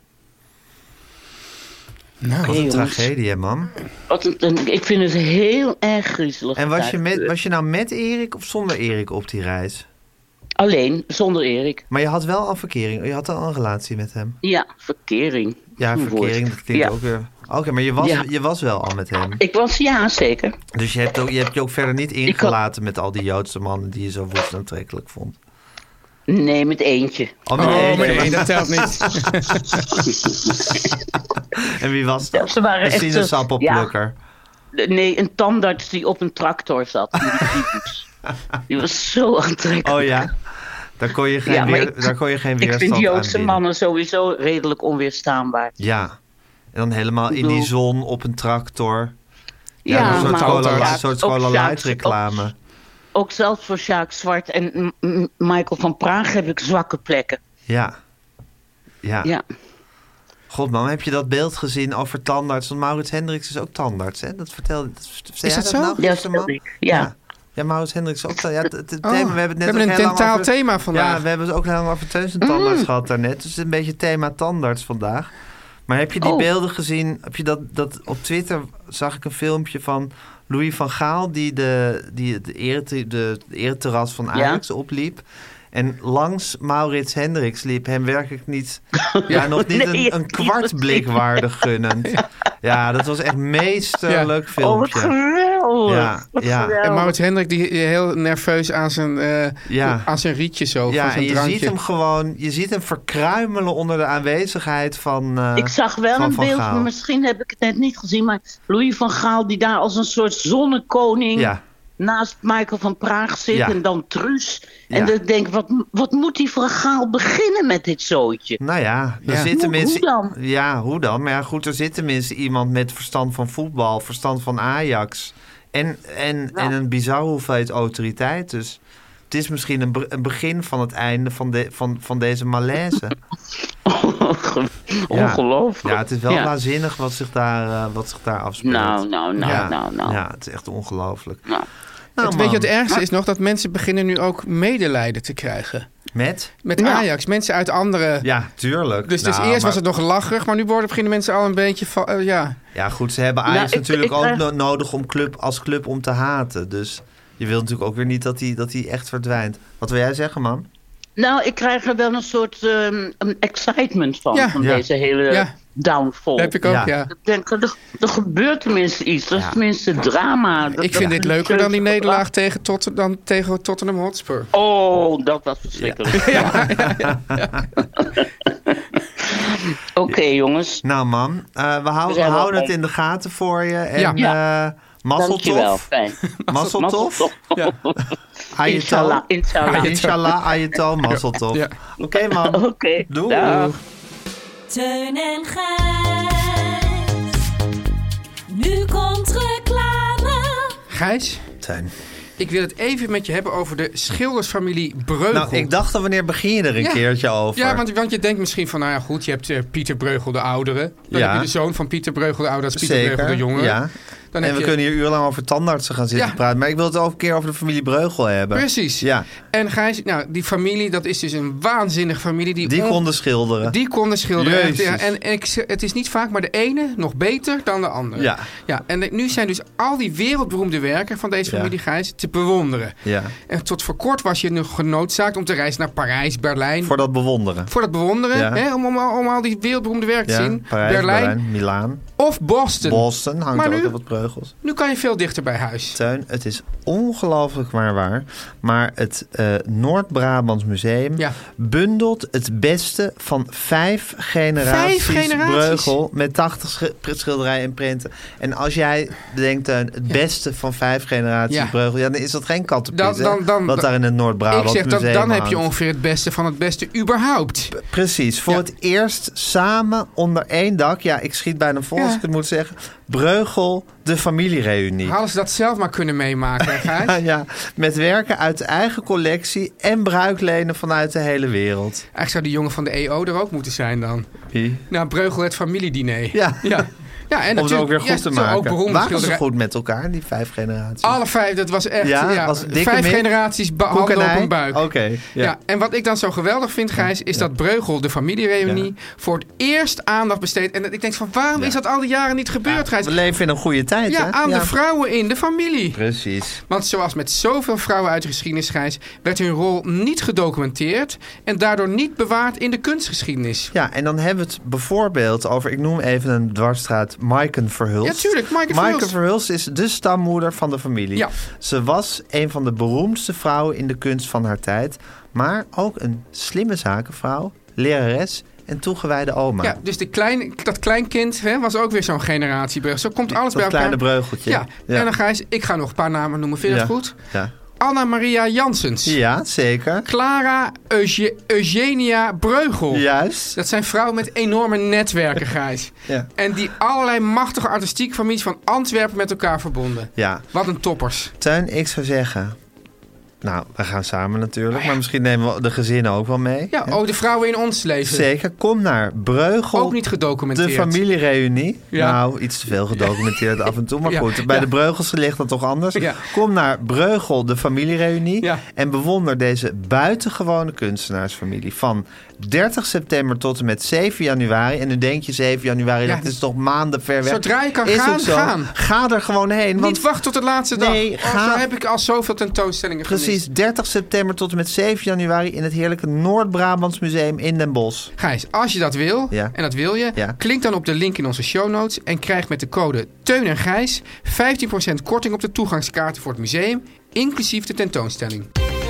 Nou, Wat een jongens. tragedie, hè, man. Wat een, een- ik vind het heel erg griezelig. En was wat je, daar met, gebeurt. was je nou met Erik of zonder Erik op die reis? Alleen, zonder Erik. Maar je had wel al verkering. Je had al een relatie met hem. Ja, verkering. Ja, Een verkering, woord. dat klinkt Ja. ook weer... Oké, maar je was, Ja. je was wel al met hem. Ik was, ja, zeker. Dus je hebt, ook, je hebt je ook verder niet had- ingelaten met al die Joodse mannen die je zo woest aantrekkelijk vond. Nee, met eentje. Oh, met Oh, eentje. maar nee, dat telt niet. En wie was dat? Ja, ze waren een echt, sinaasappelplukker. Nee, een tandarts die op een tractor zat. in die ziekenhuis. Die was zo aantrekkelijk. Oh ja? Daar kon je geen, Ja, maar weer, ik- daar kon je geen Ik weerstand vind Joodse aan bieden. mannen sowieso redelijk onweerstaanbaar. Ja. En dan helemaal in die zon op een tractor. Ja, Ja, een soort maar Cola, ook een Sjaak- soort ook Cola Sjaak- Light reclame. Ook zelfs voor Sjaak Zwart en M- M- Michael van Praag heb ik zwakke plekken. Ja. Ja. Ja. God man, heb je dat beeld gezien over tandarts? Want Maurits Hendricks is ook tandarts, hè? Dat vertelde... Dat, zei dat jij zo? Nou, Ja, gisteren, man? sorry. Ja. Ja, Maurits Hendricks is ook tandarts. Ja, het, het Oh, thema, we hebben het net we hebben ook een heel lang dentaal over- thema vandaag. Ja, we hebben het ook heel lang over Teun zijn tandarts gehad daarnet. Dus het is een beetje thema tandarts vandaag. Maar heb je die Oh. beelden gezien? Heb je dat, dat op Twitter zag ik een filmpje van Louis van Gaal die de, die de, erete, de, de ereterras van Ajax opliep. En langs Maurits Hendricks liep hem werkelijk niet, ja, nog niet Nee, een, een kwart blik waardig gunnend. Ja, dat was echt meesterlijk Oh, wat filmpje. geweldig. Ja, Wat ja. geweldig. En Maurits Hendrik die heel nerveus aan zijn, eh, Ja. aan zijn rietje zo, van Ja, en zijn je drankje. ziet hem gewoon, je ziet hem verkruimelen onder de aanwezigheid van eh, Ik zag wel van een Van beeld, Gaal. maar misschien heb ik het net niet gezien. Maar Louis van Gaal die daar als een soort zonnekoning Ja, naast Michael van Praag zit. Ja. En dan Truus. Ja. En dan denk ik, wat, wat moet die van Gaal beginnen met dit zootje? nou ja, er Ja. zit Hoe- tenminste... hoe dan? Ja, hoe dan? Maar ja, goed, er zit tenminste iemand met verstand van voetbal, verstand van Ajax. En, en, en een bizarre hoeveelheid autoriteit. Dus het is misschien een, be- een begin van het einde van, de, van, van deze malaise. Ongelooflijk. Ja, het is wel Ja. waanzinnig wat zich daar, eh, wat zich daar afspeelt. Nou, nou, nou, ja. nou, nou. Ja, het is echt ongelooflijk. Nou. Nou, Het, weet je wat man. het ergste is nog? Dat mensen beginnen nu ook medelijden te krijgen. Met? Met Ja. Ajax. Mensen uit andere... Ja, tuurlijk. Dus, dus Nou, eerst maar- was het nog lacherig, maar nu worden, beginnen mensen al een beetje van... eh, ja. Ja, goed, ze hebben Ajax Nou, ik- natuurlijk ik ook krijg- no- nodig om club, als club om te haten. Dus je wilt natuurlijk ook weer niet dat hij dat die echt verdwijnt. Wat wil jij zeggen, man? Nou, ik krijg er wel een soort ehm, een excitement van. Ja. Van Ja. deze hele Ja. downfall. Dat heb ik ook, Ja. ja. Ik denk, er, er gebeurt tenminste iets. Er is Ja. tenminste drama. Dat- Ik dat- vind dit leuker dan die dat- nederlaag tegen, Tot, dan tegen Tottenham Hotspur. Oh, dat was verschrikkelijk. Ja. Oké, jongens. Nou, man, eh, we, hou- We we zijn wel houden het bij. in de gaten voor je. En Ja. Ja. eh mazzeltof. Dankjewel. Fijn. Mazzeltof. Ja. Ayatal. Inshallah. Inshallah. Inshallah, ayatal, mazzeltof. Ja. Oké, man. Oké. Doei. dag. Teun en Gijs. Nu komt reclame. Gijs, Teun. ik wil het even met je hebben over de schildersfamilie Breugel. Nou, ik dacht al, wanneer begin je er een Ja. keertje over? Ja, want, want je denkt misschien van, nou ja goed, je hebt eh, Pieter Breugel de oudere. Dan Ja. heb je de zoon van Pieter Breugel de oudere, dat is Pieter Zeker, Breugel de jongere. ja. Dan En heb we je... kunnen hier urenlang over tandartsen gaan zitten Ja. praten. Maar ik wil het ook een keer over de familie Breugel hebben. Precies. Ja, En Gijs, nou, die familie, dat is dus een waanzinnige familie. Die, die on- konden schilderen. Die konden schilderen. Jezus. Ja, en en ik, zeg- het is niet vaak, maar de ene nog beter dan de andere. Ja. Ja, en de- nu zijn dus al die wereldberoemde werken van deze Ja. familie Gijs te bewonderen. Ja, En tot voor kort was je nog genoodzaakt om te reizen naar Parijs, Berlijn. voor dat bewonderen. Voor dat bewonderen, Ja. hè, om, om, al- om al die wereldberoemde werken te Ja, zien. Parijs, Berlijn, Milaan, of Boston. Boston, hangt Maar ook nu- op wat Breugels. Nu kan je veel dichter bij huis. Teun, het is ongelooflijk maar waar. Maar het eh, Noord-Brabants Museum Ja. bundelt het beste van vijf generaties, Vijf generaties? Breugel met tachtig sch- schilderijen en prenten. En als jij denkt, Teun, het beste van vijf generaties Ja. Breugel, ja, dan is dat geen kattenpis, Dan- dan- hè, dan- wat daar in het Ik Noord-Brabants zeg, dat, Museum dan heb je hangt. ongeveer het beste van het beste überhaupt. Precies, voor Ja. het eerst samen onder één dak. Ja, ik schiet bijna vol Ja. als ik het moet zeggen. Breugel, de familiereunie. Hadden ze dat zelf maar kunnen meemaken, hè, Gijs? Ja, ja, met werken uit de eigen collectie en bruiklenen vanuit de hele wereld. Eigenlijk zou die jongen van de E O er ook moeten zijn dan. Wie? Nou, Breugel het familiediner. Ja. ja. Ja, en om het ook weer goed ja, te zo maken. Ook beroemde Waren ze schilderij- goed met elkaar, die vijf generaties? Alle vijf, dat was echt Ja, ja, was dikke vijf mik? generaties be- Koek handen en op ei? een buik. Oké, ja. ja. En wat ik dan zo geweldig vind, Gijs, is dat Breugel, de familiereunie, Ja. voor het eerst aandacht besteedt. En ik denk van, waarom Ja. is dat al die jaren niet gebeurd, Gijs? We leven in een goede tijd, Ja, hè? aan Ja. de vrouwen in de familie. Precies. Want zoals met zoveel vrouwen uit de geschiedenis, Gijs, werd hun rol niet gedocumenteerd en daardoor niet bewaard in de kunstgeschiedenis. Ja, en dan hebben we het bijvoorbeeld over, ik noem even een dwarsstraat, Maiken Verhulst. Ja, tuurlijk, Maiken Maiken Verhulst. Verhulst is de stammoeder van de familie. Ja. Ze was een van de beroemdste vrouwen in de kunst van haar tijd, maar ook een slimme zakenvrouw, lerares en toegewijde oma. Ja, dus de klein, dat kleinkind hè, was ook weer zo'n generatiebreugel. Zo komt alles Dat bij elkaar. kleine breugeltje. Ja. Ja. En dan Gijs, ik ga nog een paar namen noemen. Vind je Ja. dat goed? Ja. Anna Maria Janssens. Ja, zeker. Clara Euge- Eugenia Breugel. Juist. Dat zijn vrouwen met enorme netwerken, Gijs. Ja. En die allerlei machtige artistieke families van Antwerpen met elkaar verbonden. Ja. Wat een toppers. Teun, ik zou zeggen... Nou, we gaan samen natuurlijk, maar misschien nemen we de gezinnen ook wel mee. Ja, ook de vrouwen in ons leven. Zeker. Kom naar Breugel. Ook niet gedocumenteerd. De familiereunie. Ja. Nou, iets te veel gedocumenteerd af en toe. Maar Ja. goed, bij Ja. de Breugels ligt dat toch anders. Ja. Kom naar Breugel, de familiereunie. Ja. En bewonder deze buitengewone kunstenaarsfamilie. Van dertig september tot en met zeven januari. En nu denk je zeven januari, Ja. dat is toch maanden ver weg. Zodra je kan Is gaan, ook zo. gaan. Ga er gewoon heen. Want Niet wachten tot de laatste dag. Nee, Oh, ga- zo heb ik al zoveel tentoonstellingen gemist. precies, dertig september tot en met zeven januari... in het heerlijke Noord-Brabants Museum in Den Bosch. Gijs, als je dat wil, Ja. en dat wil je, Ja. klik dan op de link in onze show notes en krijg met de code Teun en Gijs vijftien procent korting op de toegangskaarten voor het museum, inclusief de tentoonstelling.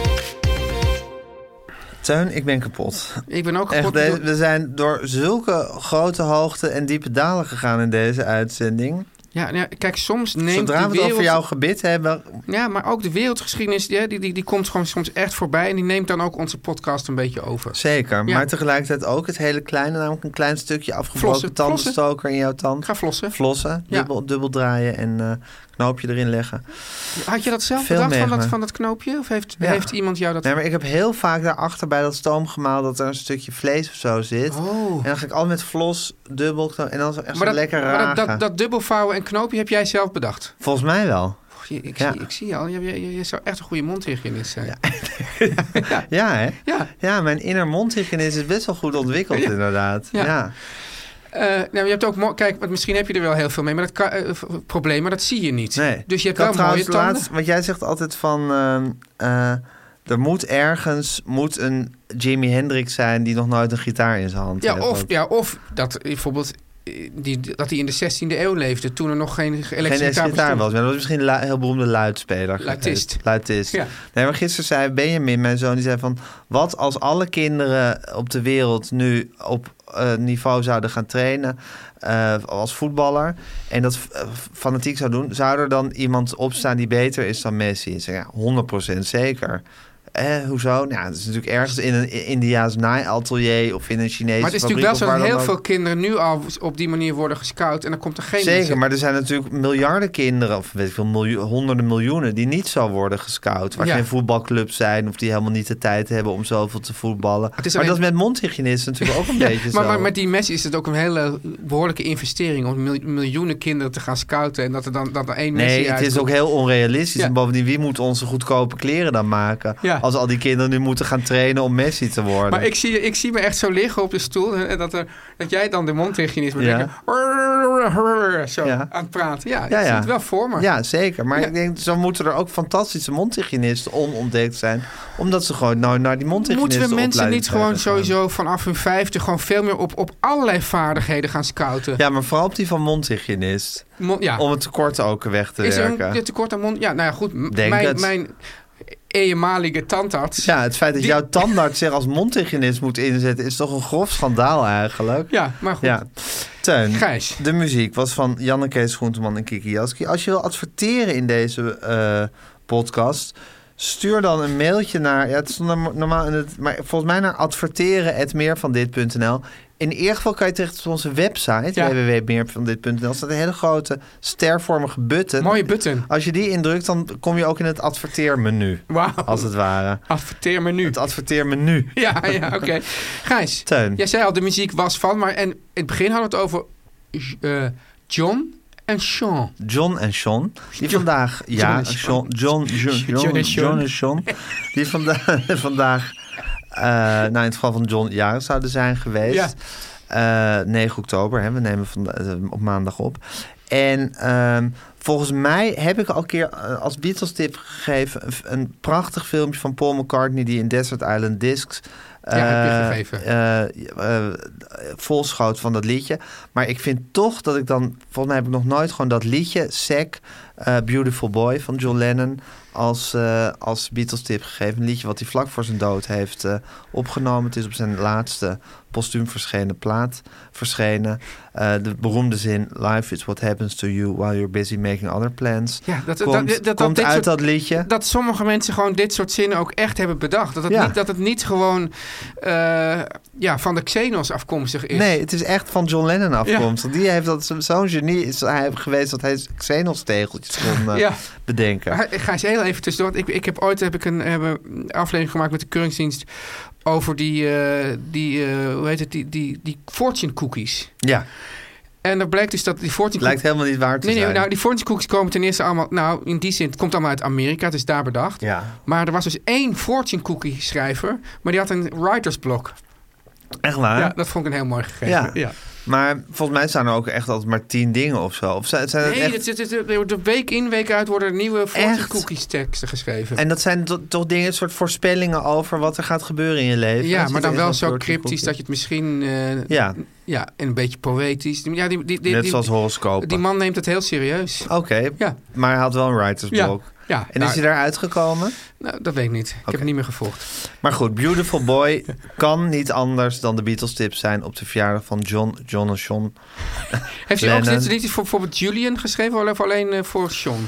Teun, ik ben kapot. Ik ben ook Echt, kapot. de- we zijn door zulke grote hoogten en diepe dalen gegaan in deze uitzending. Ja, ja, kijk, soms neemt Zodra de we het wereld... over jouw gebit hebben... Ja, maar ook de wereldgeschiedenis, die, die, die, die komt gewoon soms echt voorbij en die neemt dan ook onze podcast een beetje over. Zeker, Ja. maar tegelijkertijd ook het hele kleine, namelijk een klein stukje afgebroken Flossen, tandenstoker in jouw tand. Ik ga flossen. Flossen, Ja. dubbel, dubbel draaien en uh, knoopje erin leggen. Had je dat zelf Veel bedacht van dat, meegemaakt. van dat knoopje? Of heeft, Ja. heeft iemand jou dat... Nee, maar ik heb heel vaak daarachter bij dat stoomgemaal dat er een stukje vlees of zo zit. Oh. En dan ga ik al met flos, dubbel, kno- en dan zo echt Maar zo dat, lekker maar dat, ragen. dat, dat dubbelvouwen en knoopje heb jij zelf bedacht? Volgens mij wel. Och, je- ik, Ja. zie, ik zie je al, je, je, je zou echt een goede mondhygiënist zijn. Ja. Ja, hè? Ja. Ja, mijn inner mondhygiënis is best wel goed ontwikkeld, Ja. inderdaad. Ja. Ja. Eh, nou, je hebt ook mo- kijk, want misschien heb je er wel heel veel mee, maar dat kan, eh, v- probleem, maar dat zie je niet. Nee. Dus je hebt Ik had wel mooie trouwens tanden. laatst, want jij zegt altijd van... ehm, eh, er moet ergens moet een Jimi Hendrix zijn die nog nooit een gitaar in zijn hand Ja, heeft. of, Want ja, of dat bijvoorbeeld eh, die, dat hij in de zestiende eeuw leefde, toen er nog geen elektrische geen gitaar gitaar bestond. was. Maar dat was misschien een lu- heel beroemde luidspeler. Luitist. geweest. Luitist. Ja. Nee, maar gisteren zei Benjamin, mijn zoon, die zei van... Wat als alle kinderen op de wereld nu op uh, niveau zouden gaan trainen... Uh, als voetballer en dat uh, fanatiek zou doen... zou er dan iemand opstaan die beter is dan Messi? Ik zei, ja, honderd procent zeker. Eh, hoezo? Nou, het is natuurlijk ergens in een Indiaas naaiatelier of in een Chinese Maar het is fabriek. natuurlijk wel zo of dat waar heel dan veel kinderen nu al op die manier worden gescout en dan komt er geen... Zeker, mensen- maar er zijn natuurlijk miljarden kinderen, of weet ik veel, miljoen, honderden miljoenen, die niet zo worden gescout. Waar Ja. geen voetbalclubs zijn of die helemaal niet de tijd hebben om zoveel te voetballen. Het is maar alleen- dat is met mondhygiënisten natuurlijk ook een Ja, beetje maar, zo. maar met die Messi is het ook een hele behoorlijke investering om mil- miljoenen kinderen te gaan scouten en dat er dan, dat er één Messi Nee, het is uitkomt. ook heel onrealistisch. Ja. En bovendien, wie moet onze goedkope kleren dan maken? Ja. Als al die kinderen nu moeten gaan trainen om Messi te worden. Maar ik zie, ik zie me echt zo liggen op de stoel en dat, er, dat jij dan de mondhygiënist moet Ja. denken, zo Ja. aan het praten. Ja, ik Ja, zie ja. het wel voor me. Ja, zeker. Maar Ja. ik denk, zo moeten er ook fantastische mondhygiënisten onontdekt zijn. Omdat ze gewoon nou naar die mondhygiënisten Moeten we mensen niet gewoon gaan. sowieso vanaf hun vijftig gewoon veel meer op, op allerlei vaardigheden gaan scouten? Ja, maar vooral op die van mondhygiënist. Mon- ja. Om het tekort ook weg te Is er werken. een tekort aan mond? Ja, nou ja, goed. m- Denk mijn, het. mijn eenmalige tandarts. Ja, het feit dat Die- jouw tandarts zich als mondhygiënist moet inzetten... is toch een grof schandaal eigenlijk. Ja, maar goed. Ja. Teun, Gijs. de muziek was van Janneke Groenteman en Kiki Jaski. Als je wil adverteren in deze eh, podcast... stuur dan een mailtje naar... Ja, het is normaal in het, maar volgens mij naar adverteren at meervandit punt n l. In ieder geval kan je terecht op onze website, ja. w w w punt meervandit punt n l. Er staat een hele grote stervormige button. Mooie button. Als je die indrukt, dan kom je ook in het adverteermenu. Wauw. Als het ware. Adverteermenu. Het adverteermenu. Ja, ja, oké. Okay. Gijs, Teun. Jij zei al, de muziek was van, maar en in het begin hadden we het over uh, John en Sean. John en Sean. Die vandaag... Ja, John, Sean, John, John, John, John en Sean. John en Sean. Die vanda- vandaag... Uh, nou, in het geval van John jarig zouden zijn geweest. Ja. Uh, negen oktober, hè, we nemen van, uh, op maandag op. En uh, volgens mij heb ik al een keer uh, als Beatles tip gegeven... Een, een prachtig filmpje van Paul McCartney... die in Desert Island Discs... Uh, ja, heb je gegeven. Uh, uh, volschoot van dat liedje. Maar ik vind toch dat ik dan... Volgens mij heb ik nog nooit gewoon dat liedje... Zack, uh, Beautiful Boy van John Lennon... als, uh, als Beatles tip gegeven. Een liedje wat hij vlak voor zijn dood heeft uh, opgenomen. Het is op zijn laatste postuum verschenen plaat verschenen. Uh, de beroemde zin... Life is what happens to you while you're busy making other plans. Ja, dat, komt, dat, dat, komt dat uit soort, dat liedje. Dat sommige mensen gewoon dit soort zinnen ook echt hebben bedacht. Dat het, ja. niet, dat het niet gewoon uh, ja, van de Xenos afkomstig is. Nee, het is echt van John Lennon afkomstig. Ja. Die heeft dat zo'n genie is hij geweest dat hij Xenos-tegeltjes kon uh, ja. bedenken. Maar, ga eens heel even tussendoor. Ik, ik heb ooit heb ik een, heb een aflevering gemaakt met de Keuringsdienst over die, uh, die uh, hoe heet het, die, die, die fortune cookies. Ja. En dan blijkt dus dat die fortune lijkt helemaal niet waar te nee, zijn. Nee, nou, die fortune cookies komen ten eerste allemaal... Nou, in die zin, het komt allemaal uit Amerika. Het is daar bedacht. Ja. Maar er was dus één fortune cookie schrijver. Maar die had een writer's block. Echt waar? Ja, dat vond ik een heel mooi gegeven. Ja. ja. Maar volgens mij staan er ook echt altijd maar tien dingen of zo. Of zijn, zijn nee, echt... het, het, het, het, de week in, week uit worden er nieuwe fortune cookies teksten geschreven. En dat zijn to- toch dingen, een soort voorspellingen over wat er gaat gebeuren in je leven. Ja, maar dan wel zo cryptisch cryptisch dat je het misschien... Uh, ja. Ja, en een beetje poëtisch. Ja, die, die, die, Net die, zoals horoscopen. Die man neemt het heel serieus. Oké, okay. ja. Maar hij had wel een writer's block. Ja. Ja, en nou, is hij daar uitgekomen? Nou, dat weet ik niet. Ik okay. heb het niet meer gevolgd. Maar goed, Beautiful Boy kan niet anders dan de Beatles tips zijn op de verjaardag van John, John en Sean. Heeft hij ook dit liedje voor bijvoorbeeld Julian geschreven of alleen uh, voor Sean?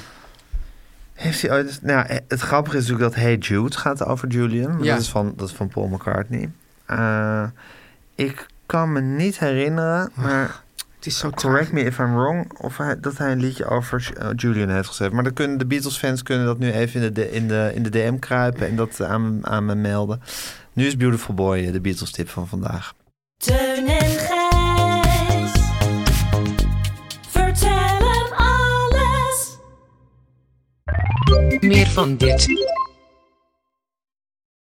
Heeft hij ooit... Nou, het grappige is natuurlijk dat Hey Jude gaat over Julian. Ja. Dat, is van, dat is van Paul McCartney. Uh, ik kan me niet herinneren, maar... Het is zo correct me if I'm wrong, of hij, dat hij een liedje over uh, Julian heeft geschreven. Maar dan kunnen de Beatles-fans kunnen dat nu even in de, in de, in de D M kruipen en dat aan, aan me melden. Nu is Beautiful Boy de Beatles-tip van vandaag. Teun en Gijs. Vertel hem alles. Meer van dit.